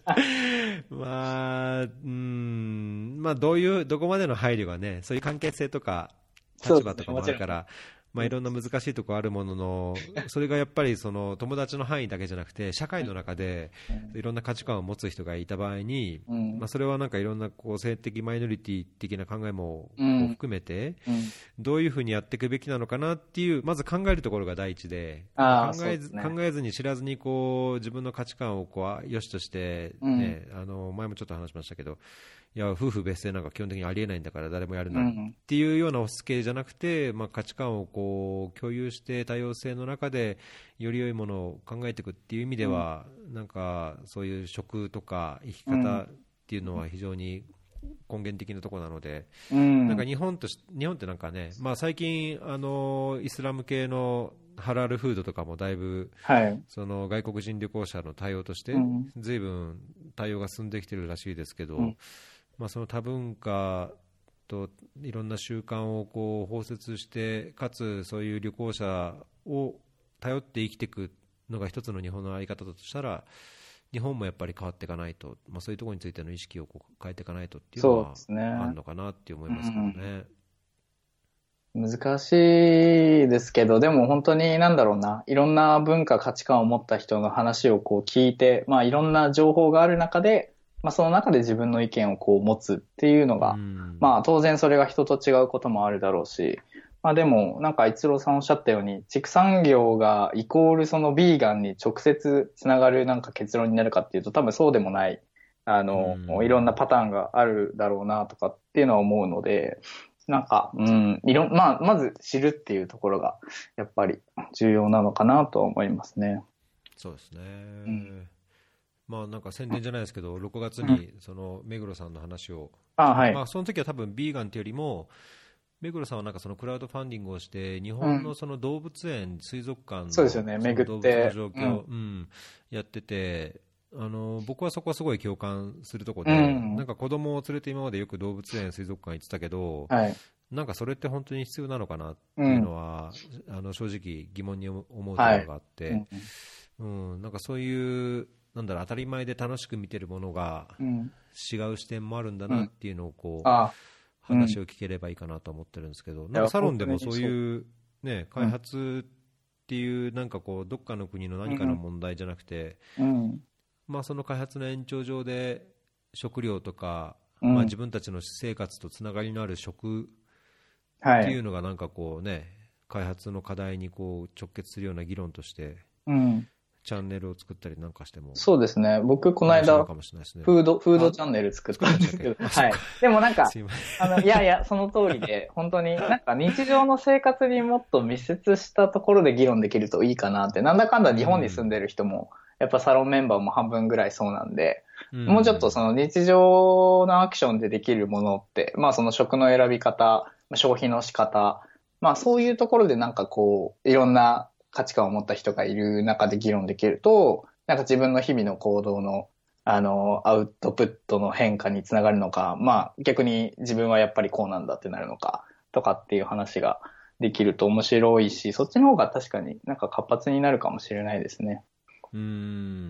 Speaker 1: まあ、どこまでの配慮がね、そういう関係性とか
Speaker 2: そうですね。
Speaker 1: 立場とか
Speaker 2: もちろん。
Speaker 1: もあるから、まあ、いろんな難しいところあるものの、それがやっぱりその友達の範囲だけじゃなくて、社会の中で
Speaker 2: うん。
Speaker 1: いろんな価値観を持つ人がいた場合に、
Speaker 2: うん。
Speaker 1: まあ、それはなんかいろんなこう性的マイノリティ的な考えもこう
Speaker 2: うん。
Speaker 1: 含めて、
Speaker 2: うん。
Speaker 1: どういうふうにやっていくべきなのかなっていう、まず考えるところが第一で、まあ、
Speaker 2: ああ、そうですね。
Speaker 1: 考えずに知らずにこう自分の価値観をこう良しとして、
Speaker 2: うん。
Speaker 1: ね、前もちょっと話しましたけど、いや夫婦別姓なんか基本的にありえないんだから誰もやるなっ
Speaker 2: うん。
Speaker 1: ていうような押し付けじゃなくて、まあ、価値観をこう共有して多様性の中でより良いものを考えていくっていう意味で
Speaker 2: うん。
Speaker 1: は、なんかそういう食とか生き
Speaker 2: うん。
Speaker 1: 方っていうのは非常に根源的なところなので、
Speaker 2: うん。
Speaker 1: なんか日本ってなんかね、まあ、最近イスラム系のハラルフードとかもだいぶ
Speaker 2: はい。
Speaker 1: その外国人旅行者の対応として
Speaker 2: うん。
Speaker 1: 随分対応が進んできてるらしいですけど、
Speaker 2: うん。
Speaker 1: まあ、その多文化といろんな習慣をこう包摂してかつそういう旅行者を頼って生きていくのが一つの日本の在り方だとしたら、日本もやっぱり変わっていかないと、まあ、そういうところについての意識をこう変えていかないとっていうのは
Speaker 2: そうですね。
Speaker 1: あるのかなって思い
Speaker 2: う
Speaker 1: ますけど
Speaker 2: ん。
Speaker 1: ね。
Speaker 2: 難しいですけど、でも本当になんだろうな、いろんな文化、価値観を持った人の話を聞いて、まあいろんな情報がある中で、まあその中で自分の意見を持つっていうの
Speaker 1: う
Speaker 2: が、
Speaker 1: ん、
Speaker 2: まあ当然それが人と違うこともあるだろうし、まあでもなんか逸郎さんおっしゃったように、畜産業がイコールそのビーガンに直接つながるなんか結論になるかっていうと多分そうでもない、
Speaker 1: う
Speaker 2: いろんな
Speaker 1: ん、
Speaker 2: パターンがあるだろうなとかっていうのは思うので、なんか、まあ、まず知るっていうところが、やっぱり重要なのかなとは思いますね。
Speaker 1: そうです
Speaker 2: うん。
Speaker 1: ね。まあなんか宣伝じゃないですけど、6月
Speaker 2: うん。
Speaker 1: にその目黒さんの話を、
Speaker 2: あ、はい。
Speaker 1: まあその時は多分ビーガンっていうよりも、目黒さんはなんかそのクラウドファンディングをして、日
Speaker 2: うん。
Speaker 1: 本のその動物園、水族館の
Speaker 2: そうですよね。
Speaker 1: その動物の
Speaker 2: 巡って。
Speaker 1: 状況、
Speaker 2: うん。
Speaker 1: やってて、僕はそこはすごい共感するとこ
Speaker 2: う
Speaker 1: で、な
Speaker 2: ん。
Speaker 1: んか子供を連れて今までよく動物園、水族館行ってたけど、
Speaker 2: はい。
Speaker 1: なんかそれって本当に必要なのかなっていう
Speaker 2: うん。
Speaker 1: のは、正直疑問に思うところ
Speaker 2: はい。
Speaker 1: があって、
Speaker 2: うん。
Speaker 1: なんかそういうなんだろう、当たり前で楽しく見てるものが
Speaker 2: うん。
Speaker 1: 違う視点もあるんだなっていうのをこう、
Speaker 2: あ、うん。
Speaker 1: 話を聞ければいいかなと思ってるんですけど、
Speaker 2: いや、
Speaker 1: なんかサロンでも
Speaker 2: 本当にそう。
Speaker 1: そういう、ね、開
Speaker 2: うん。
Speaker 1: 発っていう、なんかこう、どっかの国の何かの
Speaker 2: うん。
Speaker 1: 問題じゃなくて、
Speaker 2: うん。
Speaker 1: まあ、その開発の延長上で食料とか、まあ、
Speaker 2: うん。
Speaker 1: 自分たちの生活とつながりのある食ってい
Speaker 2: はい。
Speaker 1: うのがなんかこうね、開発の課題にこう直結するような議論として
Speaker 2: うん。
Speaker 1: チャンネルを作ったりなんかしても
Speaker 2: そうですね。僕、この間、
Speaker 1: 面白いかもしれないですね。
Speaker 2: フード
Speaker 1: あ、
Speaker 2: チャンネル作っ
Speaker 1: 作ってましたっけ？
Speaker 2: たんですけど、
Speaker 1: あ、そっか。
Speaker 2: はい。でもなんか、
Speaker 1: すいませ
Speaker 2: いやいや、その通りで、本当になんか日常の生活にもっと密接したところで議論できるといいかなって、なんだかんだ
Speaker 1: ん。う
Speaker 2: 日本に住んで
Speaker 1: ん。
Speaker 2: る人も、やっぱサロンメンバーも半分ぐらいそうなんで、
Speaker 1: う
Speaker 2: もうちょっとそ
Speaker 1: ん。
Speaker 2: の日常のアクションでできるものって、まあその食の選び方、消費の仕方、まあそういうところでなんかこう、いろんな価値観を持った人がいる中で議論できると、なんか自分の日々の行動の、アウトプットの変化につながるのか、まあ逆に自分はやっぱりこうなんだってなるのか、とかっていう話ができると面白いし、そっちの方が確かになんか活発になるかもしれないですね。
Speaker 1: うん。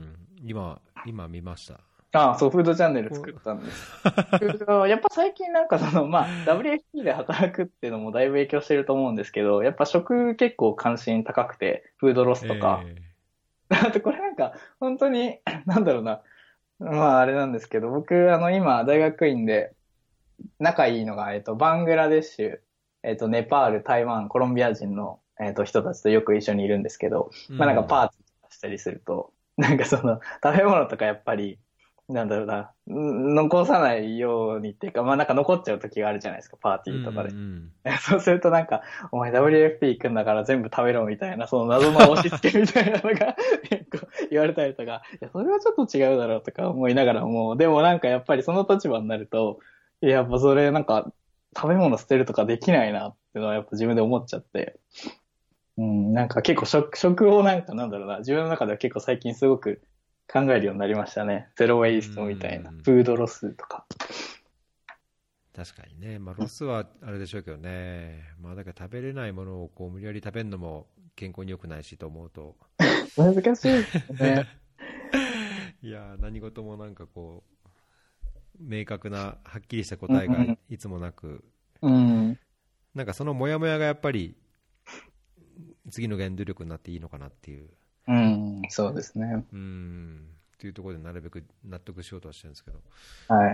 Speaker 1: 今見ました。
Speaker 2: ああ、そう、フードチャンネル
Speaker 1: こう
Speaker 2: 作ったんです。やっぱ最近なんかその、まあ、WFP で働くっていうのもだいぶ影響してると思うんですけど、やっぱ食結構関心高くて、フードロスとか。
Speaker 1: え
Speaker 2: あとこれなんか、本当に、なんだろうな。まあ、あれなんですけど、僕、今、大学院で仲いいのが、バングラデシュ、ネパール、台湾、コロンビア人の、人たちとよく一緒にいるんですけど、
Speaker 1: う
Speaker 2: まあなんかパ
Speaker 1: ん。
Speaker 2: ーティーしたりすると、なんかその、食べ物とかやっぱり、なんだろうな、残さないようにっていうか、まあなんか残っちゃう時があるじゃないですか、パーテ
Speaker 1: うん。う
Speaker 2: ィーとかで。
Speaker 1: ん。
Speaker 2: そうするとなんか、お前 WFP 行くんだから全部食べろみたいな、その謎の押し付けみたいなのが結構言われたりとか、いや、それはちょっと違うだろうとか思いながらも、でもなんかやっぱりその立場になると、いや、やっぱそれなんか食べ物捨てるとかできないなっていうのはやっぱ自分で思っちゃって、うん、なんか結構食をなんかなんだろうな、自分の中では結構最近すごく考えるようになりましたね。ゼロウ
Speaker 1: う
Speaker 2: ェイストみたいな。
Speaker 1: ん。
Speaker 2: フードロスとか。
Speaker 1: 確かにね、まあ、ロスはあれでしょうけどね、まあ、だから食べれないものをこう無理やり食べるのも健康に良くないしと思うと、
Speaker 2: 難しいですね。
Speaker 1: いやー、何事もなんかこう、明確な、はっきりした
Speaker 2: う
Speaker 1: 答えが
Speaker 2: ん、
Speaker 1: いつもなく、
Speaker 2: うん、
Speaker 1: なんかそのモヤモヤがやっぱり次の原動力になっていいのかなっていう、
Speaker 2: うん、そうですね。
Speaker 1: っていうところでなるべく納得しようとはしてるんですけど、
Speaker 2: はい。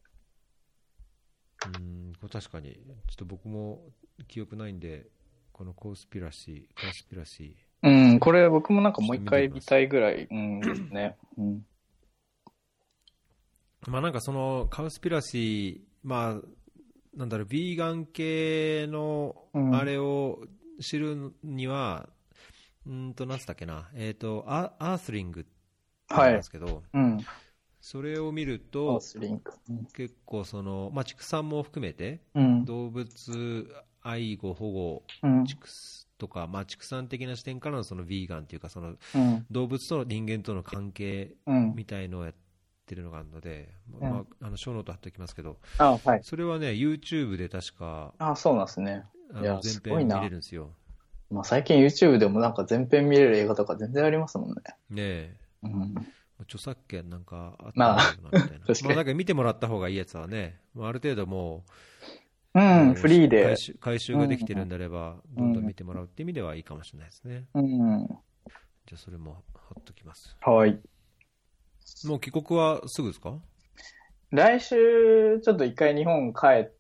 Speaker 1: これ確かに、ちょっと僕も記憶ないんで、このカースピラシ
Speaker 2: うん、これ僕もなんか
Speaker 1: ー、ちょっと
Speaker 2: もう一
Speaker 1: 見てみます。
Speaker 2: 回見たいぐらい、うん、ですね。うん。
Speaker 1: まあなんかそのカウスピラシー、まあなんだろう、ビーガン系のあ
Speaker 2: うん。
Speaker 1: れを知るには、なんつったっけな、アースリングっていうのがあるんで
Speaker 2: はい。
Speaker 1: すけど、
Speaker 2: うん。
Speaker 1: それを見る
Speaker 2: アー
Speaker 1: と、
Speaker 2: スリンク。
Speaker 1: 結構その、まあ、畜産も含めて、
Speaker 2: うん。
Speaker 1: 動物愛護保護、
Speaker 2: うん。
Speaker 1: 畜とか、まあ、畜産的な視点からのそのビーガンっていうか、その
Speaker 2: うん。
Speaker 1: 動物と人間との関係
Speaker 2: うん。
Speaker 1: みたいのをやってるのがあるので、ま
Speaker 2: うん。
Speaker 1: あ、ショーノート貼っておきますけど、
Speaker 2: あ、はい。
Speaker 1: それはね、YouTube で確か
Speaker 2: あ、そうなんですね。いや、
Speaker 1: 全
Speaker 2: すごい
Speaker 1: 編見れ
Speaker 2: な。
Speaker 1: るんですよ。
Speaker 2: まあ最近 YouTube でもなんか全編見れる映画とか全然ありますもんね。
Speaker 1: ねえ、
Speaker 2: うん。
Speaker 1: 著作権なんかあって
Speaker 2: まあ、
Speaker 1: もいいよなみたいな。まあ、
Speaker 2: 確かに。
Speaker 1: だから見てもらった方がいいやつはね、まあ、ある程度
Speaker 2: うん、
Speaker 1: もう
Speaker 2: フリーで。
Speaker 1: 回収
Speaker 2: うん。
Speaker 1: ができてるんであれば、どんどん
Speaker 2: うん。
Speaker 1: 見てもらうって意味ではいいかもしれないですね。
Speaker 2: うん。
Speaker 1: じゃあ、それも貼っときます。
Speaker 2: はい。
Speaker 1: もう帰国はすぐですか？
Speaker 2: 来週、ちょっと一回日本帰って、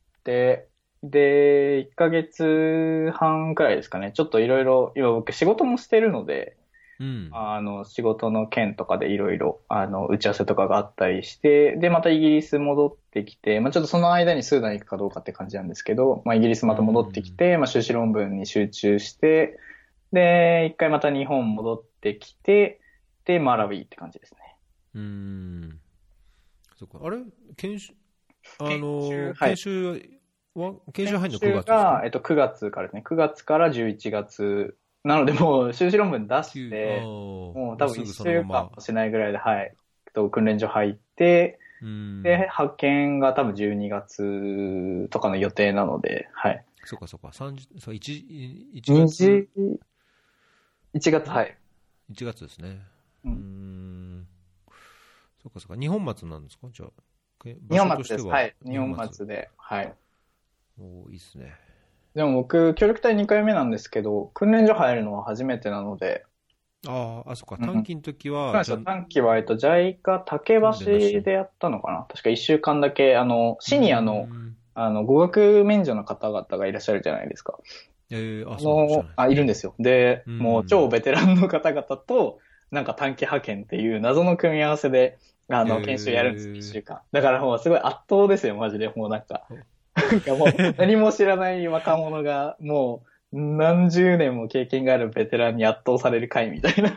Speaker 2: で、1ヶ月半くらいですかね。ちょっといろいろ、今僕仕事もしてるので、
Speaker 1: うん。
Speaker 2: 仕事の件とかでいろいろ、打ち合わせとかがあったりして、で、またイギリス戻ってきて、まあちょっとその間にスーダン行くかどうかって感じなんですけど、まあイギリス
Speaker 1: う
Speaker 2: また戻ってき
Speaker 1: ん。
Speaker 2: て、まあ修士論文に集中して、で、一回また日本戻ってきて、で、マラウィって感じですね。
Speaker 1: うん。そっか。あれ研修、
Speaker 2: 研修、はい。
Speaker 1: 研修研修
Speaker 2: 研
Speaker 1: 入るの9
Speaker 2: 修
Speaker 1: 月ですか？
Speaker 2: が、9月からですね。9月から11月。なのでもう修士論文出し
Speaker 1: 9、
Speaker 2: て、もう多分
Speaker 1: もうすぐその
Speaker 2: 1週
Speaker 1: まま。
Speaker 2: 間もしないぐらいで、はい。訓練所入って、
Speaker 1: うん。
Speaker 2: で、派遣が多分12月とかの予定なので、はい。
Speaker 1: そっかそっか。30、そう、1月、
Speaker 2: 1月、はい。
Speaker 1: 1月ですね。うー
Speaker 2: うん。
Speaker 1: ん。 そうかそうか。二本松なんですかじゃあ。
Speaker 2: 二本松です。はい。二本松で。はい。
Speaker 1: おー、いいっすね。
Speaker 2: でも僕、協力隊2回目なんですけど、訓練所入るのは初めてなので。
Speaker 1: そっか。
Speaker 2: うん、
Speaker 1: 短期の時は、
Speaker 2: そうですよ。短期は、JICA 竹橋でやったのかな確か1週間だけ、シニアの、語学免除の方々がいらっしゃるじゃないですか。
Speaker 1: そう
Speaker 2: いるんですよ。で、もう超ベテランの方々と、なんか短期派遣っていう謎の組み合わせで、研修やるんですよ、1週間。だからもうすごい圧倒ですよ、マジで。もうなんかもう何も知らない若者が、もう何十年も経験があるベテランに圧倒される会みたいな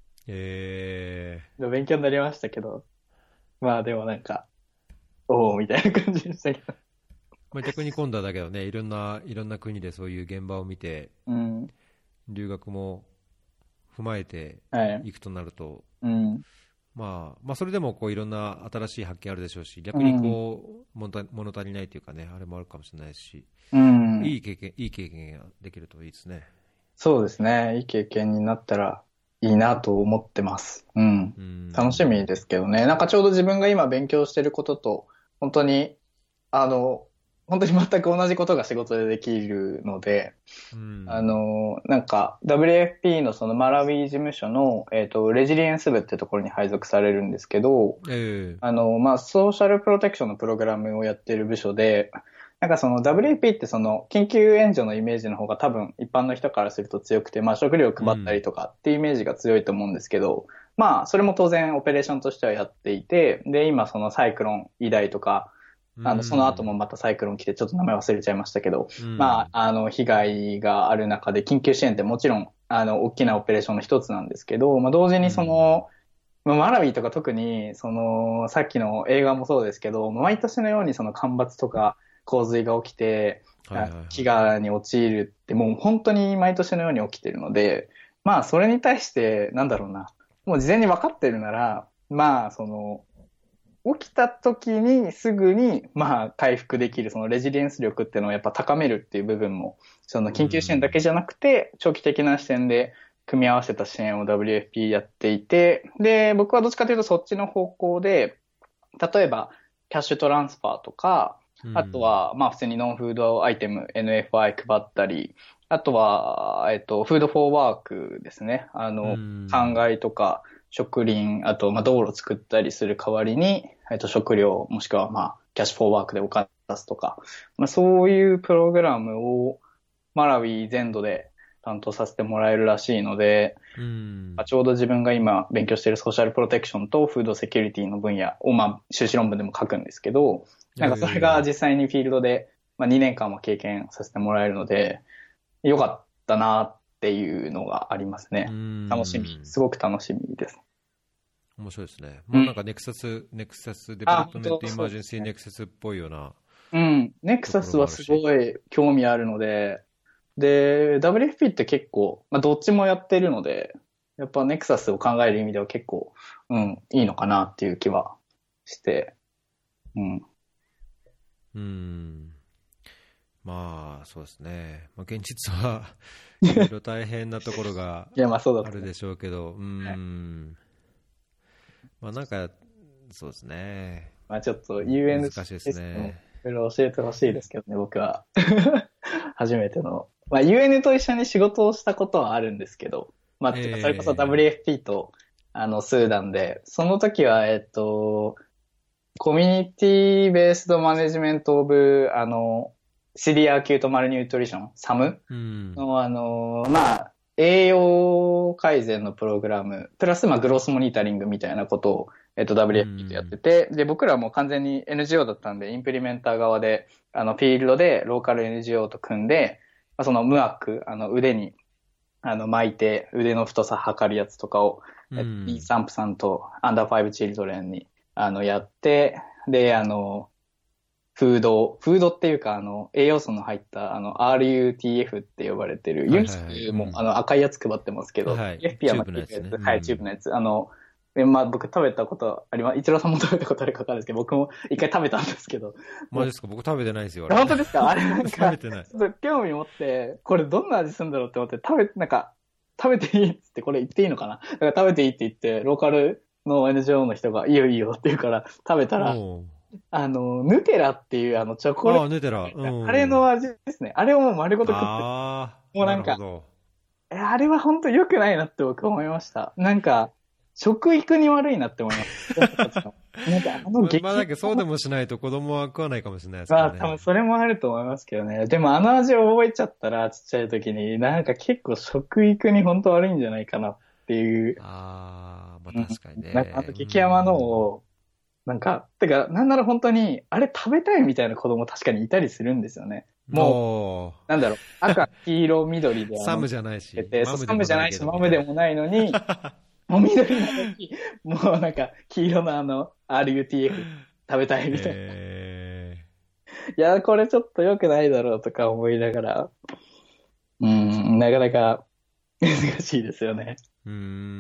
Speaker 2: 勉強になりましたけど、まあでもなんか、おーみたいな感じでしたけど。
Speaker 1: まあ逆に今度はだけどね、いろんな国でそういう現場を見て、留学も踏まえていくとなると、まあそれでもこういろんな新しい発見あるでしょうし、逆にこう、物足りないというかね、あれもあるかもしれないし、いい経験ができるといいですね。
Speaker 2: そうですね。いい経験になったらいいなと思ってます。楽しみですけどね。なんかちょうど自分が今勉強してることと、本当に全く同じことが仕事でできるので、なんか WFP のそのマラウィ事務所の、レジリエンス部ってところに配属されるんですけど、まあ、ソーシャルプロテクションのプログラムをやってる部署で、なんかその WFP ってその緊急援助のイメージの方が多分一般の人からすると強くて、まあ食料を配ったりとかっていうイメージが強いと思うんですけど、まあそれも当然オペレーションとしてはやっていて、で今そのサイクロン医大とか、その後もまたサイクロン来てちょっと名前忘れちゃいましたけど、まあ被害がある中で緊急支援ってもちろん大きなオペレーションの一つなんですけど、まあ同時にその、マラウィとか特にそのさっきの映画もそうですけど、毎年のようにその干ばつとか洪水が起きて、飢餓に陥るってもう本当に毎年のように起きてるので、まあそれに対してなんだろうな、もう事前に分かってるなら、まあその起きた時にすぐにまあ回復できるそのレジリエンス力っていうのをやっぱ高めるっていう部分も、その緊急支援だけじゃなくて長期的な視点で組み合わせた支援を WFP やっていて、で僕はどっちかというとそっちの方向で、例えばキャッシュトランスファーとか、あとは、まあ普通にノンフードアイテム NFI 配ったり、あとは、フードフォーワークですね。灌漑とか植林、あと、まあ道路作ったりする代わりに、食料、もしくは、まあ、キャッシュフォーワークでお金出すとか、まあそういうプログラムをマラウィ全土で担当させてもらえるらしいので、ちょうど自分が今勉強しているソーシャルプロテクションとフードセキュリティの分野を、まあ、修士論文でも書くんですけど、なんかそれが実際にフィールドで、まあ、2年間は経験させてもらえるので、よかったなっていうのがありますね。楽しみ。すごく楽しみです。
Speaker 1: 面白いですね。まあなんかネクサスデベロップメントイマージェンシーネクサスっぽいような。
Speaker 2: ネクサスはすごい興味あるので、で、WFP って結構、まあどっちもやってるので、やっぱネクサスを考える意味では結構、いいのかなっていう気はして、
Speaker 1: まあそうですね、まあ、現実はいろいろ大変なところがあるでしょうけど、まあなんかそうですね、
Speaker 2: まあちょっと UN
Speaker 1: 難しいですね。
Speaker 2: いろいろ教えてほしいですけどね、僕は初めての、まあ UN と一緒に仕事をしたことはあるんですけど、まあそれこそ WFP とスーダンで、その時はコミュニティベースドマネジメントオブ、シリアアキュートマルニュートリション、サムの、まあ、栄養改善のプログラム、プラス、まあ、グロースモニタリングみたいなことを、WFP とやってて、で、僕らはもう完全に NGO だったんで、インプリメンター側で、フィールドでローカル NGO と組んで、まあ、そのムアック、腕に、巻いて、腕の太さ測るやつとかを、イサンプさんとアンダー5チルドレンに、やって、で、フードっていうか、栄養素の入った、RUTF って呼ばれてる、ユニスも、赤いやつ配ってますけど、FP はチューブのやつ。まあ、僕食べたことあります。一郎さんも食べたことあるか分かるんですけど、僕も一回食べたんですけど。
Speaker 1: マジですか？僕食べてないですよ。
Speaker 2: 本当ですか？あれなんか、
Speaker 1: 食べてない。
Speaker 2: ちょっと興味持って、これどんな味するんだろうって思って、食べていいっつって、これ言っていいのかな？だから食べていいって言って、ローカルの NGO の人が、いいよいいよって言うから食べたら、
Speaker 1: おう
Speaker 2: ヌテラっていうチョコレー
Speaker 1: ああ、ヌテラ。う
Speaker 2: ト、
Speaker 1: ん。
Speaker 2: あれの味ですね。あれをもう丸ごと食って、
Speaker 1: ああ、
Speaker 2: もうなんか、
Speaker 1: なるほど。
Speaker 2: あれは本当良くないなって僕は思いました。なんか、食育に悪いなって思いました。私たちのなんか
Speaker 1: まあ、だけどそうでもしないと子供は食わないかもしれないですから
Speaker 2: まあ多分
Speaker 1: ね。
Speaker 2: それもあると思いますけどね。でも味を覚えちゃったらちっちゃい時になんか結構食育に本当悪いんじゃないかなっていう。
Speaker 1: ああ、ま
Speaker 2: うん
Speaker 1: あ確かに
Speaker 2: なんか
Speaker 1: ね。
Speaker 2: 激甘のを、なんか、てか、なんなら本当に、あれ食べたいみたいな子供確かにいたりするんですよね。もう、
Speaker 1: お
Speaker 2: なんだろう、赤、黄色、緑で
Speaker 1: サムじゃないし、
Speaker 2: そう
Speaker 1: マムでも
Speaker 2: サムじゃないし、
Speaker 1: ないけど
Speaker 2: マムでもないのに、もう緑なのに、もうなんか、黄色のRUTF 食べたいみたいな。
Speaker 1: え
Speaker 2: いや、これちょっと良くないだろうとか思いながら、なかなか難しいですよね。
Speaker 1: ー、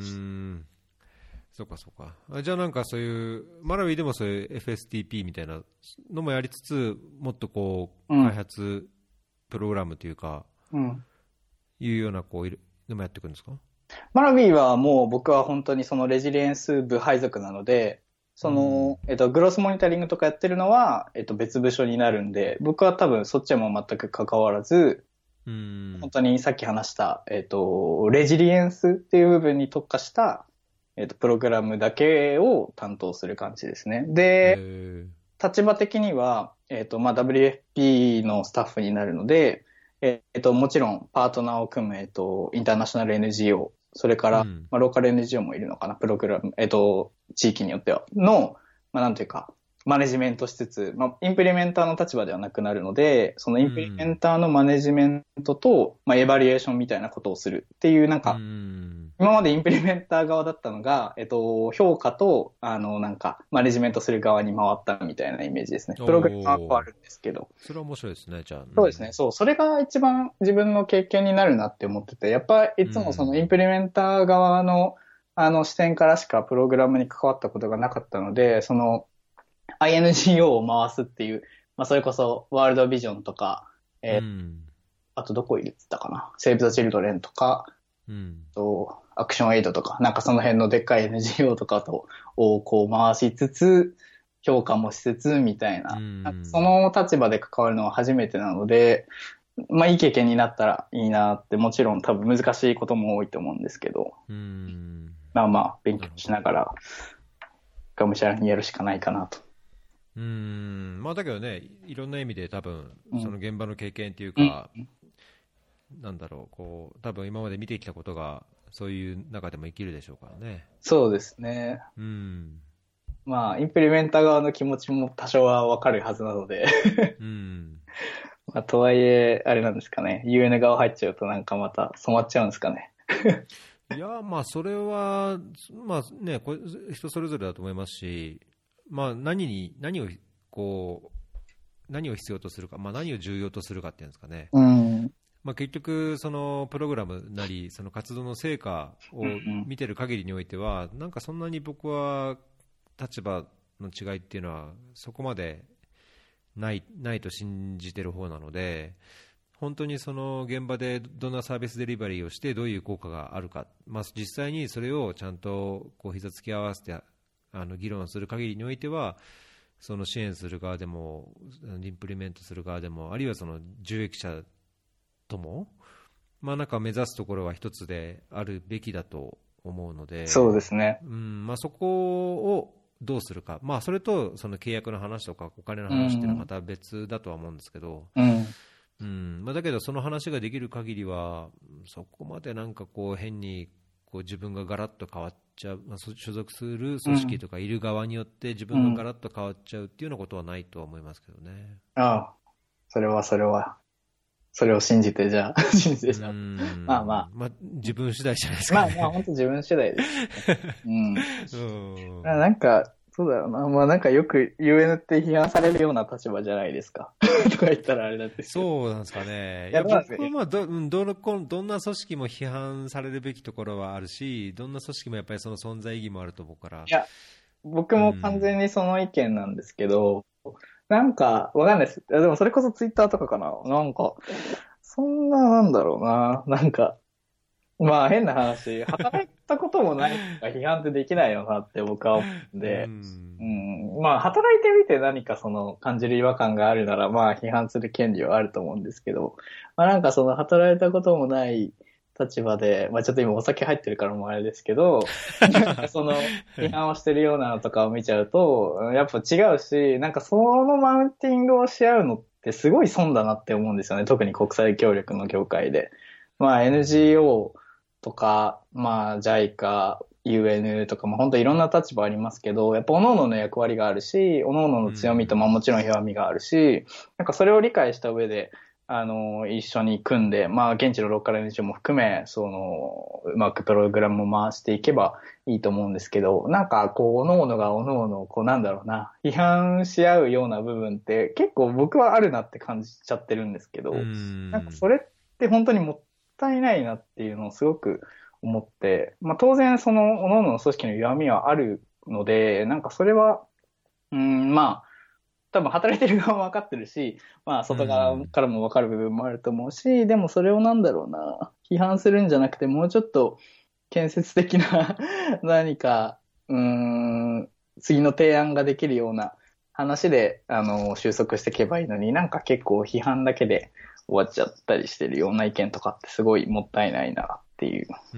Speaker 1: そうかそうか。じゃあなんかそういう、マラウィでもそういう FSTP みたいなのもやりつつ、もっとこう、
Speaker 2: うん
Speaker 1: 開発プログラムというか、
Speaker 2: うん。
Speaker 1: いうようなこう、でもやっていくんですか？
Speaker 2: マラビーはもう僕は本当にそのレジリエンス部配属なので、その、グロスモニタリングとかやってるのは、別部署になるんで、僕は多分そっちはもう全く関わらず、本当にさっき話した、レジリエンスっていう部分に特化した、プログラムだけを担当する感じですね。で、立場的には、まあ、WFP のスタッフになるので、もちろんパートナーを組む、インターナショナル NGO、それから、まあ、ローカル NGO もいるのかな、プログラム、地域によっては、の、まあ、なんていうか、マネジメントしつつ、まあ、インプリメンターの立場ではなくなるので、そのインプリメンターのマネジメントと、まあ、エバリエーションみたいなことをするっていう、なんか、今までインプリメンター側だったのが、評価と、なんか、マネジメントする側に回ったみたいなイメージですね。プログラムは変わるんですけど。
Speaker 1: それは面白いですね、じゃあ。
Speaker 2: そうですね。そう。それが一番自分の経験になるなって思ってて、やっぱりいつもそのインプリメンター側の、視点からしかプログラムに関わったことがなかったので、その、INGO を回すっていう、まあ、それこそ、ワールドビジョンとか、あとどこ入れてたかな、セーブ・ザ・チルドレンとか、アクションエイドとか、なんかその辺のでっかい NGO とかをこう回しつつ、評価もしつつ、みたいな。その立場で関わるのは初めてなので、まあいい経験になったらいいなって、もちろん多分難しいことも多いと思うんですけど、まあまあ勉強しながら、がむしゃらにやるしかないかなと。
Speaker 1: まあだけどね、いろんな意味で多分、その現場の経験っていうか、なんだろう、こう、多分今まで見てきたことが、そういう中でも生きるでしょうからね。
Speaker 2: そうですね。まあ、インプリメンター側の気持ちも多少はわかるはずなのでまあ、とはいえ、あれなんですかね。UN 側入っちゃうとなんかまた染まっちゃうんですかね。
Speaker 1: いや、まあ、それは、まあね、これ人それぞれだと思いますし、まあ、何を必要とするか、まあ、何を重要とするかっていうんですかね。まあ、結局、そのプログラムなり、その活動の成果を見てる限りにおいては、なんかそんなに僕は立場の違いっていうのは、そこまでないと信じてる方なので、本当にその現場でどんなサービスデリバリーをしてどういう効果があるか、まあ、実際にそれをちゃんとこう膝つき合わせて議論する限りにおいては、その支援する側でもインプリメントする側でも、あるいはその受益者とも、まあ、なんか目指すところは一つであるべきだと思うので、
Speaker 2: そうですね。
Speaker 1: まあ、そこをどうするか、まあ、それとその契約の話とかお金の話っていうのはまた別だとは思うんですけど、まあ、だけどその話ができる限りは、そこまでなんかこう変にこう自分がガラッと変わっちゃう、まあ、所属する組織とかいる側によって自分がガラッと変わっちゃうっていうようなことはないとは思いますけどね。
Speaker 2: それは。それを信じて、じゃあ、まあ、
Speaker 1: 自分次第じゃないですかね。
Speaker 2: まあ、本当自分次第です。なんか、そうだよな。まあなんかよく UN って批判されるような立場じゃないですか。とか言ったらあれなんですけど。
Speaker 1: そうなんですかね。いや、僕はまあどんな組織も批判されるべきところはあるし、どんな組織もやっぱりその存在意義もあると思うから。
Speaker 2: いや、僕も完全にその意見なんですけど、なんか、わかんないです。でもそれこそツイッターとかかな。なんか、そんななんだろうな。なんか、 まあ変な話、働いたこともないから批判ってできないよなって僕は思うん
Speaker 1: う
Speaker 2: で、う
Speaker 1: ん。
Speaker 2: ん、まあ働いてみて何かその感じる違和感があるならまあ批判する権利はあると思うんですけど、まあなんかその働いたこともない立場で、まあちょっと今お酒入ってるからもうあれですけど、なんかその批判をしてるようなのとかを見ちゃうと、やっぱ違うし、なんかそのマウンティングをし合うのってすごい損だなって思うんですよね。特に国際協力の業界で。まあ
Speaker 1: うん。
Speaker 2: NGO とか、まあ JICA、UN とかも本当いろんな立場ありますけど、やっぱ各々の役割があるし、各々
Speaker 1: う
Speaker 2: の強みとまあ
Speaker 1: ん。
Speaker 2: もちろん弱みがあるし、なんかそれを理解した上で、一緒に組んで、まあ現地のローカル NGO も含め、うまくプログラムを回していけばいいと思うんですけど、なんかこう、各々が各々、こうなんだろうな、批判し合うような部分って結構僕はあるなって感じちゃってるんですけ
Speaker 1: う
Speaker 2: ど、なんか
Speaker 1: ん。
Speaker 2: それって本当にもったいないなっていうのをすごく思って、まあ当然その各々の組織の弱みはあるので、なんかそれは、まあ、多分働いてる側も分かってるし、まあ
Speaker 1: う
Speaker 2: 外側
Speaker 1: ん。
Speaker 2: からも分かる部分もあると思うし、でもそれをなんだろうな、批判するんじゃなくてもうちょっと建設的な何か、次の提案ができるような話で、収束していけばいいのに、なんか結構批判だけで終わっちゃったりしてるような意見とかってすごいもったいないなっていう、
Speaker 1: うん。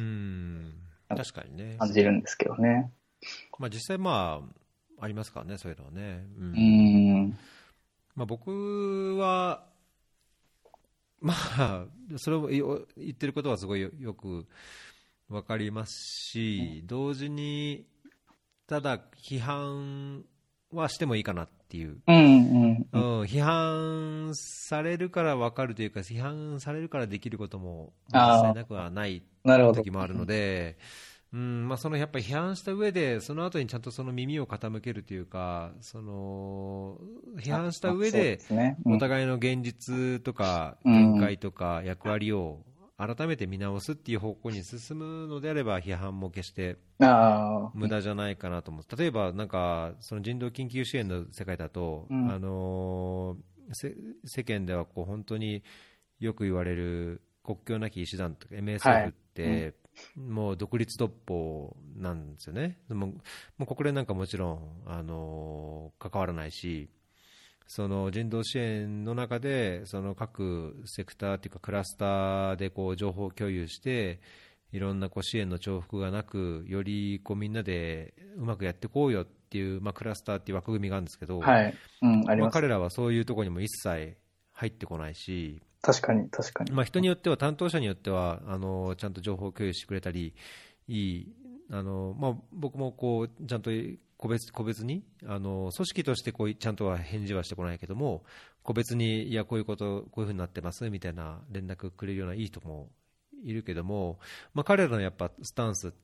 Speaker 2: なんか
Speaker 1: 確かにね。
Speaker 2: 感じるんですけどね。
Speaker 1: まあ実際まあ、ありますからね、そういうのはね。う
Speaker 2: うー
Speaker 1: ん。
Speaker 2: ん。
Speaker 1: まあ僕は、まあ、それを言ってることはすごいよくわかりますし、同時に、ただ批判はしてもいいかなっていう。
Speaker 2: うん、うん、うん。
Speaker 1: うん、批判されるから分かるというか、批判されるからできることも、まあ、実
Speaker 2: ああ、
Speaker 1: 際なくはない
Speaker 2: なるほど。
Speaker 1: 時もあるので、まあ、そのやっぱり批判した上で、その後にちゃんとその耳を傾けるというか、批判した上
Speaker 2: そうで
Speaker 1: で、
Speaker 2: すね。うん。
Speaker 1: お互いの現実とか限
Speaker 2: うん。
Speaker 1: 界とか役割を改めて見直すっていう方向に進むのであれば、批判も決して
Speaker 2: ああ、
Speaker 1: 無駄じゃないかなと思う。例えば、なんか、その人道緊急支援の世界だと、
Speaker 2: うん。
Speaker 1: 世間ではこう本当によく言われる国境なき医師団とか
Speaker 2: は
Speaker 1: MSF っ
Speaker 2: い。うん。
Speaker 1: て、もう独立独歩なんですよね。もう国連なんかもちろん、関わらないし、その人道支援の中で、その各セクターというかクラスターでこう情報共有して、いろんなこう支援の重複がなく、よりこうみんなでうまくやっていこうよっていう、まあ、クラスターっていう枠組みがあるんですけど、
Speaker 2: はい。うん、あり
Speaker 1: まあ、
Speaker 2: ます。
Speaker 1: 彼らはそういうところにも一切入ってこないし、
Speaker 2: 確かに、確かに。
Speaker 1: まあ、人によっては、担当者によってはちゃんと情報共有してくれたり、いいまあ、僕もこうちゃんと個別に組織としてこうちゃんとは返事はしてこないけども、個別にいやこういうこと、こういうふうになってますみたいな連絡くれるようないい人もいるけども、まあ、彼らのやっぱスタンスって、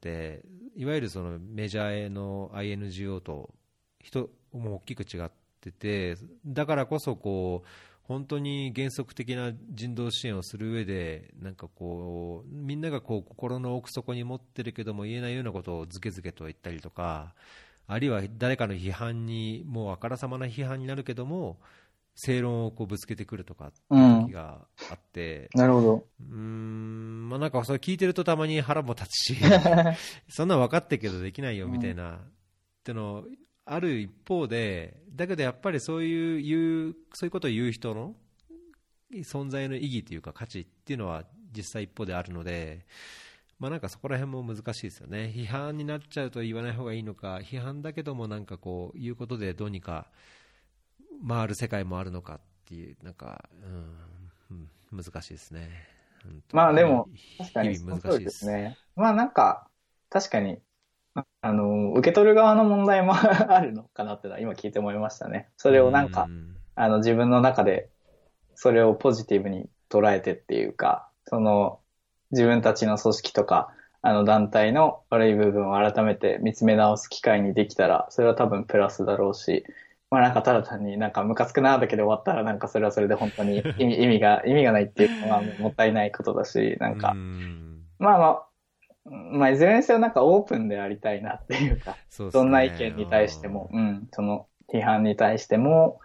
Speaker 1: いわゆるそのメジャーの INGO と人も大きく違ってて、だからこそこう本当に原則的な人道支援をする上で、なんかこうみんながこう心の奥底に持ってるけども言えないようなことをずけずけと言ったりとか、あるいは誰かの批判に、もうあからさまな批判になるけども正論をこうぶつけてくるとかっ
Speaker 2: うん。
Speaker 1: ていう時があって、
Speaker 2: なるほど。
Speaker 1: まあ、なんかそれ聞いてるとたまに腹も立つしそんなん分かってるけどできないよ
Speaker 2: うん。
Speaker 1: みたいなってのある一方で、だけどやっぱりそういうことを言う人の存在の意義というか価値っていうのは実際一方であるので、まあ、なんかそこら辺も難しいですよね。批判になっちゃうと言わない方がいいのか、批判だけどもなんかこう言うことでどうにか回る世界もあるのかっていう、なんか、難しいですね。本当
Speaker 2: まあでも、確かに
Speaker 1: 日々
Speaker 2: その通り
Speaker 1: 難しいです。
Speaker 2: ですね。まあなんか、確かに、受け取る側の問題もあるのかなっていうのは今聞いて思いましたね。そ
Speaker 1: うー
Speaker 2: れをなんか、
Speaker 1: ん、
Speaker 2: 自分の中でそれをポジティブに捉えてっていうか、自分たちの組織とか、団体の悪い部分を改めて見つめ直す機会にできたら、それは多分プラスだろうし、まあなんかただ単になんかムカつくなーだけで終わったらなんかそれはそれで本当に意味がないっていうのはもったいないことだし、な
Speaker 1: うー
Speaker 2: んか、
Speaker 1: ん、
Speaker 2: まあまあ、まあいずれにせよなんかオープンでありたいなっていうか、
Speaker 1: そうで
Speaker 2: どんな意
Speaker 1: すね。
Speaker 2: 見に対しても、その批判に対しても、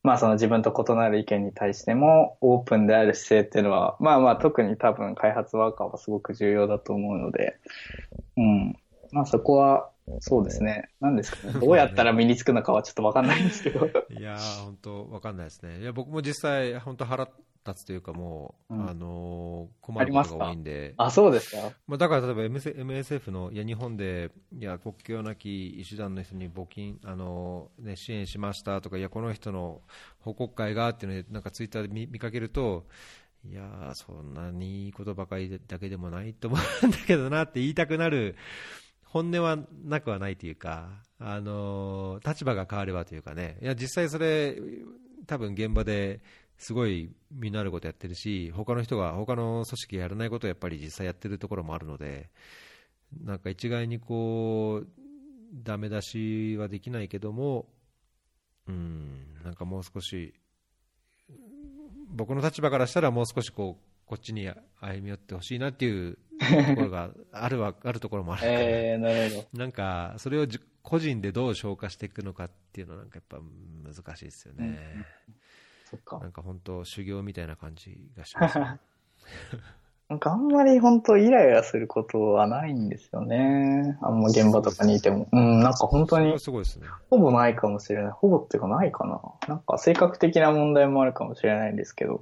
Speaker 2: まあその自分と異なる意見に対してもオープンである姿勢っていうのは、まあまあ特に多分開発ワーカーはすごく重要だと思うので、うん。まあそこは、そうですね。何ですかね。どうやったら身につくのかはちょっとわかんないんですけど。
Speaker 1: いやー、本当わかんないですね。いや、僕も実際、本当腹立つというか、もう、
Speaker 2: うん
Speaker 1: 困
Speaker 2: あ
Speaker 1: ることが多
Speaker 2: りますか？
Speaker 1: いんで、
Speaker 2: あ、そうですか？
Speaker 1: まあ、だから例えば MSF の、いや、日本で、いや、国境なき医師団の人に募金、ね、支援しましたとか、いや、この人の報告会がっていうので、なんかツイッターで見かけると、いやー、そんなにいいことばかりだけでもないと思うんだけどなって言いたくなる本音はなくはないというか、立場が変わればというかね、いや、実際それ、多分現場ですごい身のあることやってるし、他の人が、他の組織がやらないことをやっぱり実際やってるところもあるので、なんか一概にこう、ダメ出しはできないけども、なんかもう少し、僕の立場からしたらもう少しこっちに歩み寄ってほしいなっていうところがあるところもあるから、
Speaker 2: なるほど。
Speaker 1: なんかそれを個人でどう消化していくのかっていうのはなんかやっぱ難しいですよね。
Speaker 2: そっか。
Speaker 1: なんか本当修行みたいな感じがしますね。
Speaker 2: なんかあんまり本当イライラすることはないんですよね。あんま現場とかにいても。なんか本当
Speaker 1: それ
Speaker 2: に
Speaker 1: はすごいですね。
Speaker 2: ほぼないかもしれない。ほぼっていうかないかな。なんか性格的な問題もあるかもしれないんですけど。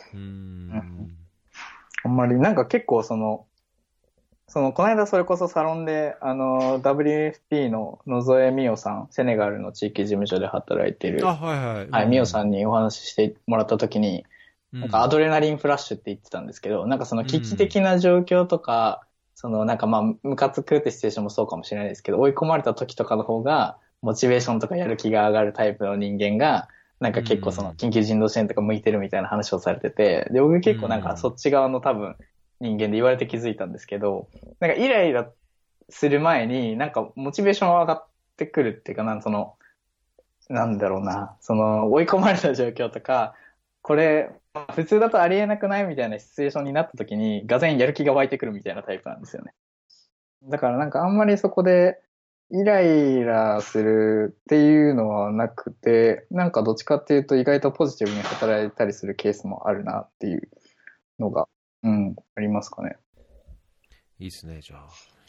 Speaker 2: あんまりなんか結構この間それこそサロンで、WFP の野添美代さん、セネガルの地域事務所で働いている、
Speaker 1: はいはい。
Speaker 2: はい、美代さんにお話ししてもらったときに、なんかアドレナリンフラッシュって言ってたんですけど、なんかその危機的な状況とか、なんかまあ、ムカつくってシチュエーションもそうかもしれないですけど、追い込まれた時とかの方が、モチベーションとかやる気が上がるタイプの人間が、なんか結構緊急人道支援とか向いてるみたいな話をされてて、で、僕結構なんかそっち側の多分人間で言われて気づいたんですけど、なんかイライラする前に、なんかモチベーション上がってくるっていうかなんだろうな、追い込まれた状況とか、これ、普通だとありえなくないみたいなシチュエーションになった時に、がぜんやる気が湧いてくるみたいなタイプなんですよね。だからなんかあんまりそこで、イライラするっていうのはなくて、なんかどっちかっていうと意外とポジティブに働いたりするケースもあるなっていうのが、ありますかね。
Speaker 1: いいですね、じゃあ。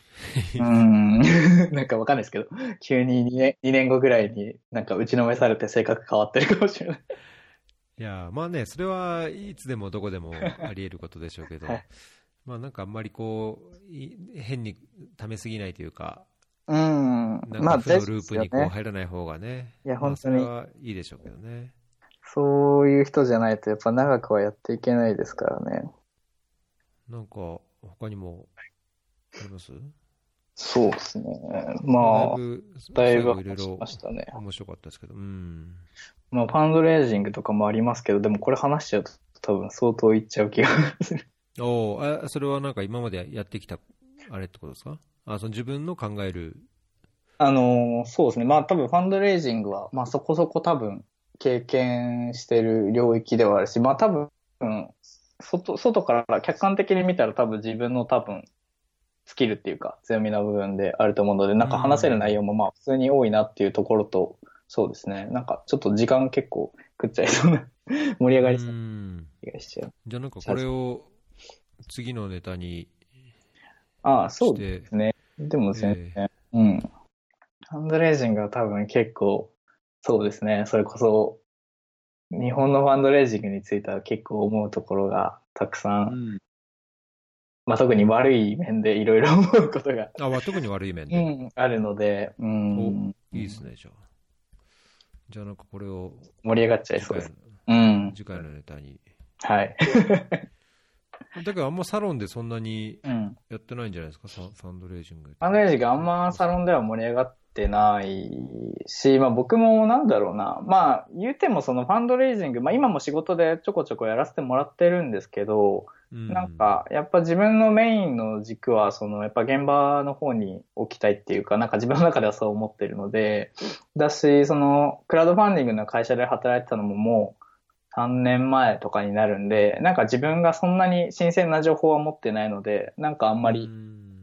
Speaker 2: なんかわかんないですけど、急に2年後ぐらいになんか打ちのめされて性格変わってるかもしれない。
Speaker 1: いや、まあね、それはいつでもどこでもあり得ることでしょうけど、まあなんかあんまり変に溜めすぎないというか、なんか負のループに入らない方がね、
Speaker 2: いや、
Speaker 1: まあそ
Speaker 2: 本当に。
Speaker 1: れはいいでしょうけどね。
Speaker 2: そういう人じゃないとやっぱ長くはやっていけないですからね。
Speaker 1: なんか他にもあります？
Speaker 2: そうですね。まあ、だいぶ
Speaker 1: いろいろ
Speaker 2: 話しましたね。
Speaker 1: 面白かったですけど、
Speaker 2: まあ、ファンドレイジングとかもありますけど、でもこれ話しちゃうと多分相当いっちゃう気がする。
Speaker 1: それはなんか今までやってきた、あれってことですか？自分の考える。
Speaker 2: そうですね。まあ多分ファンドレイジングは、まあそこそこ多分経験してる領域ではあるし、まあ多分、外から客観的に見たら多分自分の多分スキルっていうか強みの部分であると思うので、なんか話せる内容もまあ普通に多いなっていうところと、そうですね。なんかちょっと時間結構食っちゃいそうな盛り上がりそうな気がしちゃう。
Speaker 1: じゃあなんかこれを次のネタに
Speaker 2: そうですね。でも全然、ファンドレイジングは多分結構、そうですね。それこそ、日本のファンドレイジングについては結構思うところがたくさん、まあ特に悪い面でいろいろ思うことが
Speaker 1: 特に悪い面で、
Speaker 2: あるので、
Speaker 1: いいですね、じゃあ。じゃあなんかこれを
Speaker 2: 盛り上がっちゃいそうです。
Speaker 1: 次回のネタに。
Speaker 2: はい。
Speaker 1: だけどあんまサロンでそんなにやってないんじゃないですか、ファンドレイジング。
Speaker 2: ファンドレイジングあんまサロンでは盛り上がってないし、まあ僕もなんだろうな。まあ言うてもそのファンドレイジング、まあ今も仕事でちょこちょこやらせてもらってるんですけど、なんかやっぱ自分のメインの軸はやっぱ現場の方に置きたいっていうか、なんか自分の中ではそう思ってるので、だし、クラウドファンディングの会社で働いてたのももう3年前とかになるんで、なんか自分がそんなに新鮮な情報は持ってないので、なんかあんまり、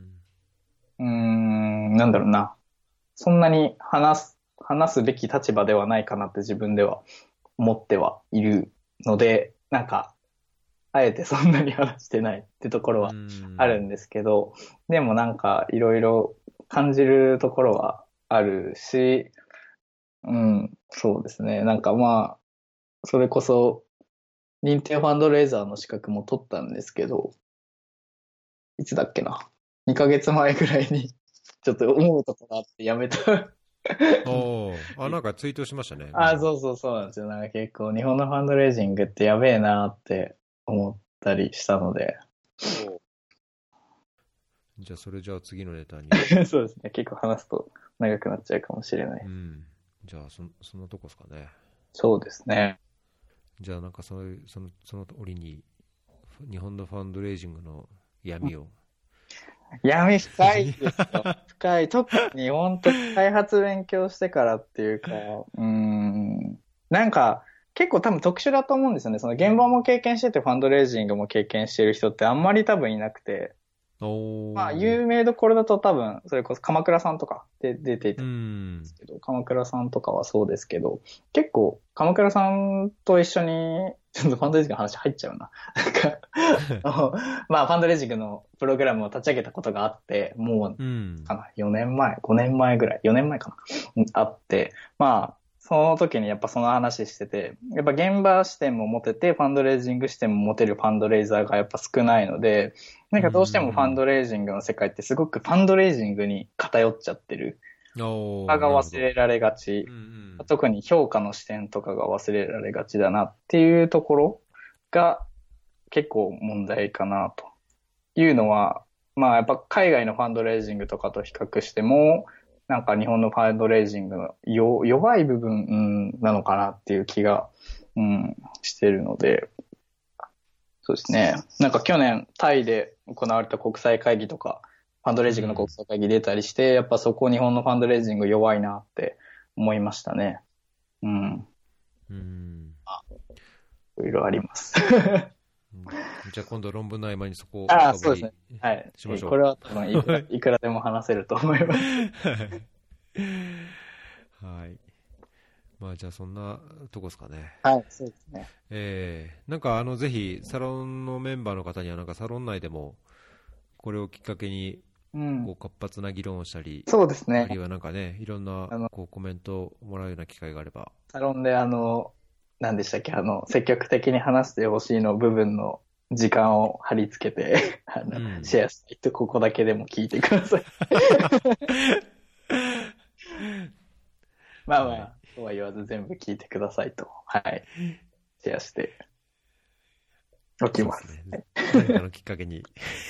Speaker 2: なんだろうな。そんなに話すべき立場ではないかなって自分では思ってはいるので、なんか、あえてそんなに話してないってところはあるんですけど、でもなんかいろいろ感じるところはあるし、うん、そうですね。なんかまあ、それこそ認定ファンドレイザーの資格も取ったんですけど、いつだっけな。2ヶ月前ぐらいにちょっと思うところあってやめた。
Speaker 1: おー、なんかツイートしましたね。
Speaker 2: あ、そうそうそうなんですよ。なんか結構日本のファンドレイジングってやべえなって思ったりしたので。
Speaker 1: じゃあ、それじゃあ次のネタに。
Speaker 2: そうですね。結構話すと長くなっちゃうかもしれない。
Speaker 1: うん。じゃあ、そんなとこですかね。
Speaker 2: そうですね。
Speaker 1: じゃあ、なんかその折に、日本のファンドレイジングの闇を。
Speaker 2: 闇深いですよ。深い。特に本当に開発勉強してからっていうか、なんか結構多分特殊だと思うんですよね。その現場も経験しててファンドレイジングも経験してる人ってあんまり多分いなくて、まあ有名どころだと多分それこそ鎌倉さんとかで出ていたんですけど、鎌倉さんとかはそうですけど、結構鎌倉さんと一緒に、ちょっとファンドレイジングの話入っちゃうな。まあファンドレイジングのプログラムを立ち上げたことがあって、もうかな、4年前、5年前ぐらい、4年前かな、あって、まあ、その時にやっぱその話してて、やっぱ現場視点も持てて、ファンドレイジング視点も持てるファンドレイザーがやっぱ少ないので、なんかどうしてもファンドレイジングの世界ってすごくファンドレイジングに偏っちゃってる。他が忘れられがち。特に評価の視点とかが忘れられがちだなっていうところが結構問題かなというのは、まあやっぱ海外のファンドレイジングとかと比較しても、なんか日本のファンドレイジングの弱い部分、なのかなっていう気が、してるので、そうですね。なんか去年タイで行われた国際会議とか、ファンドレイジングの国際会議出たりして、やっぱそこ日本のファンドレイジング弱いなって思いましたね。いろいろあります。
Speaker 1: じゃあ今度論文の合間にそこを
Speaker 2: そうですね。はい。
Speaker 1: しましょう。
Speaker 2: これは多分いくらでも話せると思います。
Speaker 1: はい。まあじゃあそんなとこですかね。
Speaker 2: はい、そうですね。
Speaker 1: なんかぜひサロンのメンバーの方にはなんかサロン内でもこれをきっかけにこう活発な議論をしたり、
Speaker 2: そうですね。
Speaker 1: あるいはなんかね、いろんなこうコメントをもらうような機会があれば。
Speaker 2: サロンで何でしたっけ、積極的に話してほしいの部分の時間を貼り付けて、シェアしたいとここだけでも聞いてください。まあまあ、そうは言わず全部聞いてくださいと、はい、シェアしておきます。
Speaker 1: 何かのきっかけに。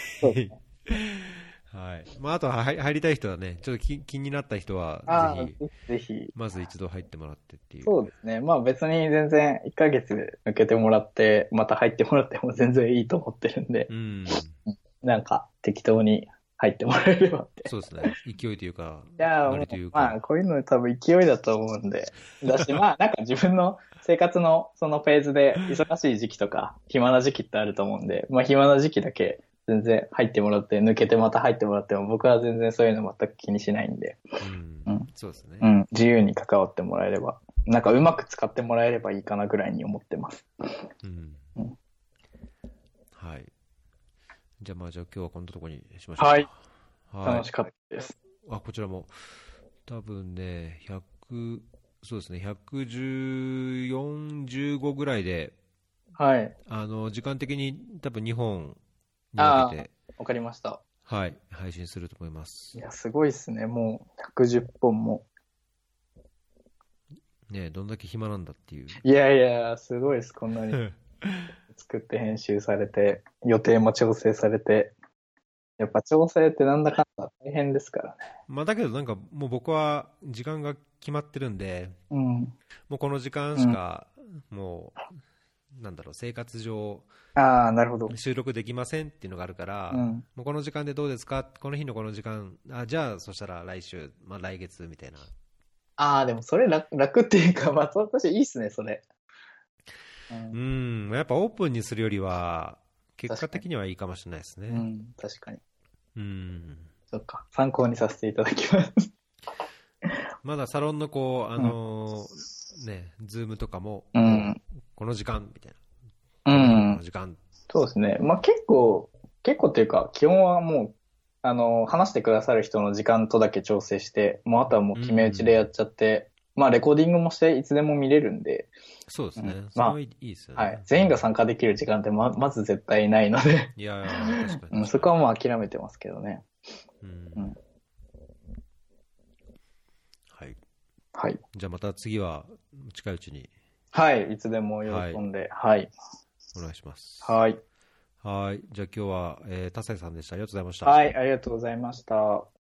Speaker 1: はい。まあ、あとは入りたい人はね、ちょっと気になった人は、
Speaker 2: ぜひ、
Speaker 1: まず一度入ってもらってっていう。
Speaker 2: そうですね。まあ別に全然1ヶ月で抜けてもらって、また入ってもらっても全然いいと思ってるんで、なんか適当に入ってもらえればって。
Speaker 1: そうですね。勢いというか、
Speaker 2: まあこういうの多分勢いだと思うんで。だし、まあなんか自分の生活のそのフェーズで忙しい時期とか、暇な時期ってあると思うんで、まあ暇な時期だけ全然入ってもらって、抜けてまた入ってもらっても、僕は全然そういうの全く気にしないんで。
Speaker 1: そうですね。
Speaker 2: 自由に関わってもらえれば、なんかうまく使ってもらえればいいかなぐらいに思ってます。
Speaker 1: はい。じゃあ今日はこんなところにしましょうか。
Speaker 2: はい。楽しかったです。
Speaker 1: こちらも、多分ね、そうですね、114、15ぐらいで、
Speaker 2: はい。
Speaker 1: 時間的に多分2本に分けて、
Speaker 2: わかりました。
Speaker 1: はい、配信すると思います。
Speaker 2: いや、すごいですね。もう110本も。
Speaker 1: ねえ、どんだけ暇なんだっていう。
Speaker 2: いやいや、すごいです。こんなに作って編集されて、予定も調整されて。やっぱ調整ってなんだかんだ大変ですからね。
Speaker 1: まあだけどなんかもう僕は時間が決まってるんで、もうこの時間しか、もう、なんだろう、生活上、
Speaker 2: なるほど。
Speaker 1: 収録できませんっていうのがあるから、もうこの時間でどうですか、この日のこの時間、じゃあそしたら来週、まあ来月みたいな。
Speaker 2: でもそれ楽っていうか、まあ私いいっすね、それ。
Speaker 1: やっぱオープンにするよりは、結果的にはいいかもしれないですね。
Speaker 2: 確かに。
Speaker 1: そ
Speaker 2: っか、参考にさせていただきます。
Speaker 1: まだサロンのこう、 ズームとかも、
Speaker 2: うん。
Speaker 1: この時間みたい
Speaker 2: う
Speaker 1: な、こ
Speaker 2: ん
Speaker 1: の。時間、
Speaker 2: そうですね。まあ結構っていうか、基本はもう、話してくださる人の時間とだけ調整して、もうあとはもう決め打ちでやっちゃって、まあレコーディングもしていつでも見れるんで、
Speaker 1: そうですね、
Speaker 2: うん
Speaker 1: それはいいですよね。
Speaker 2: はい。全員が参加できる時間ってまず絶対ないので、
Speaker 1: いやいや、確かに
Speaker 2: うん、そこはもう諦めてますけどね。うん
Speaker 1: はい。
Speaker 2: はい。
Speaker 1: じゃあまた次は近いうちに、
Speaker 2: はい。いつでも喜んで、はい。
Speaker 1: お願いします。
Speaker 2: はい。
Speaker 1: はい。じゃあ今日は、田瀬さんでした。ありがとうございました。
Speaker 2: はい。ありがとうございました。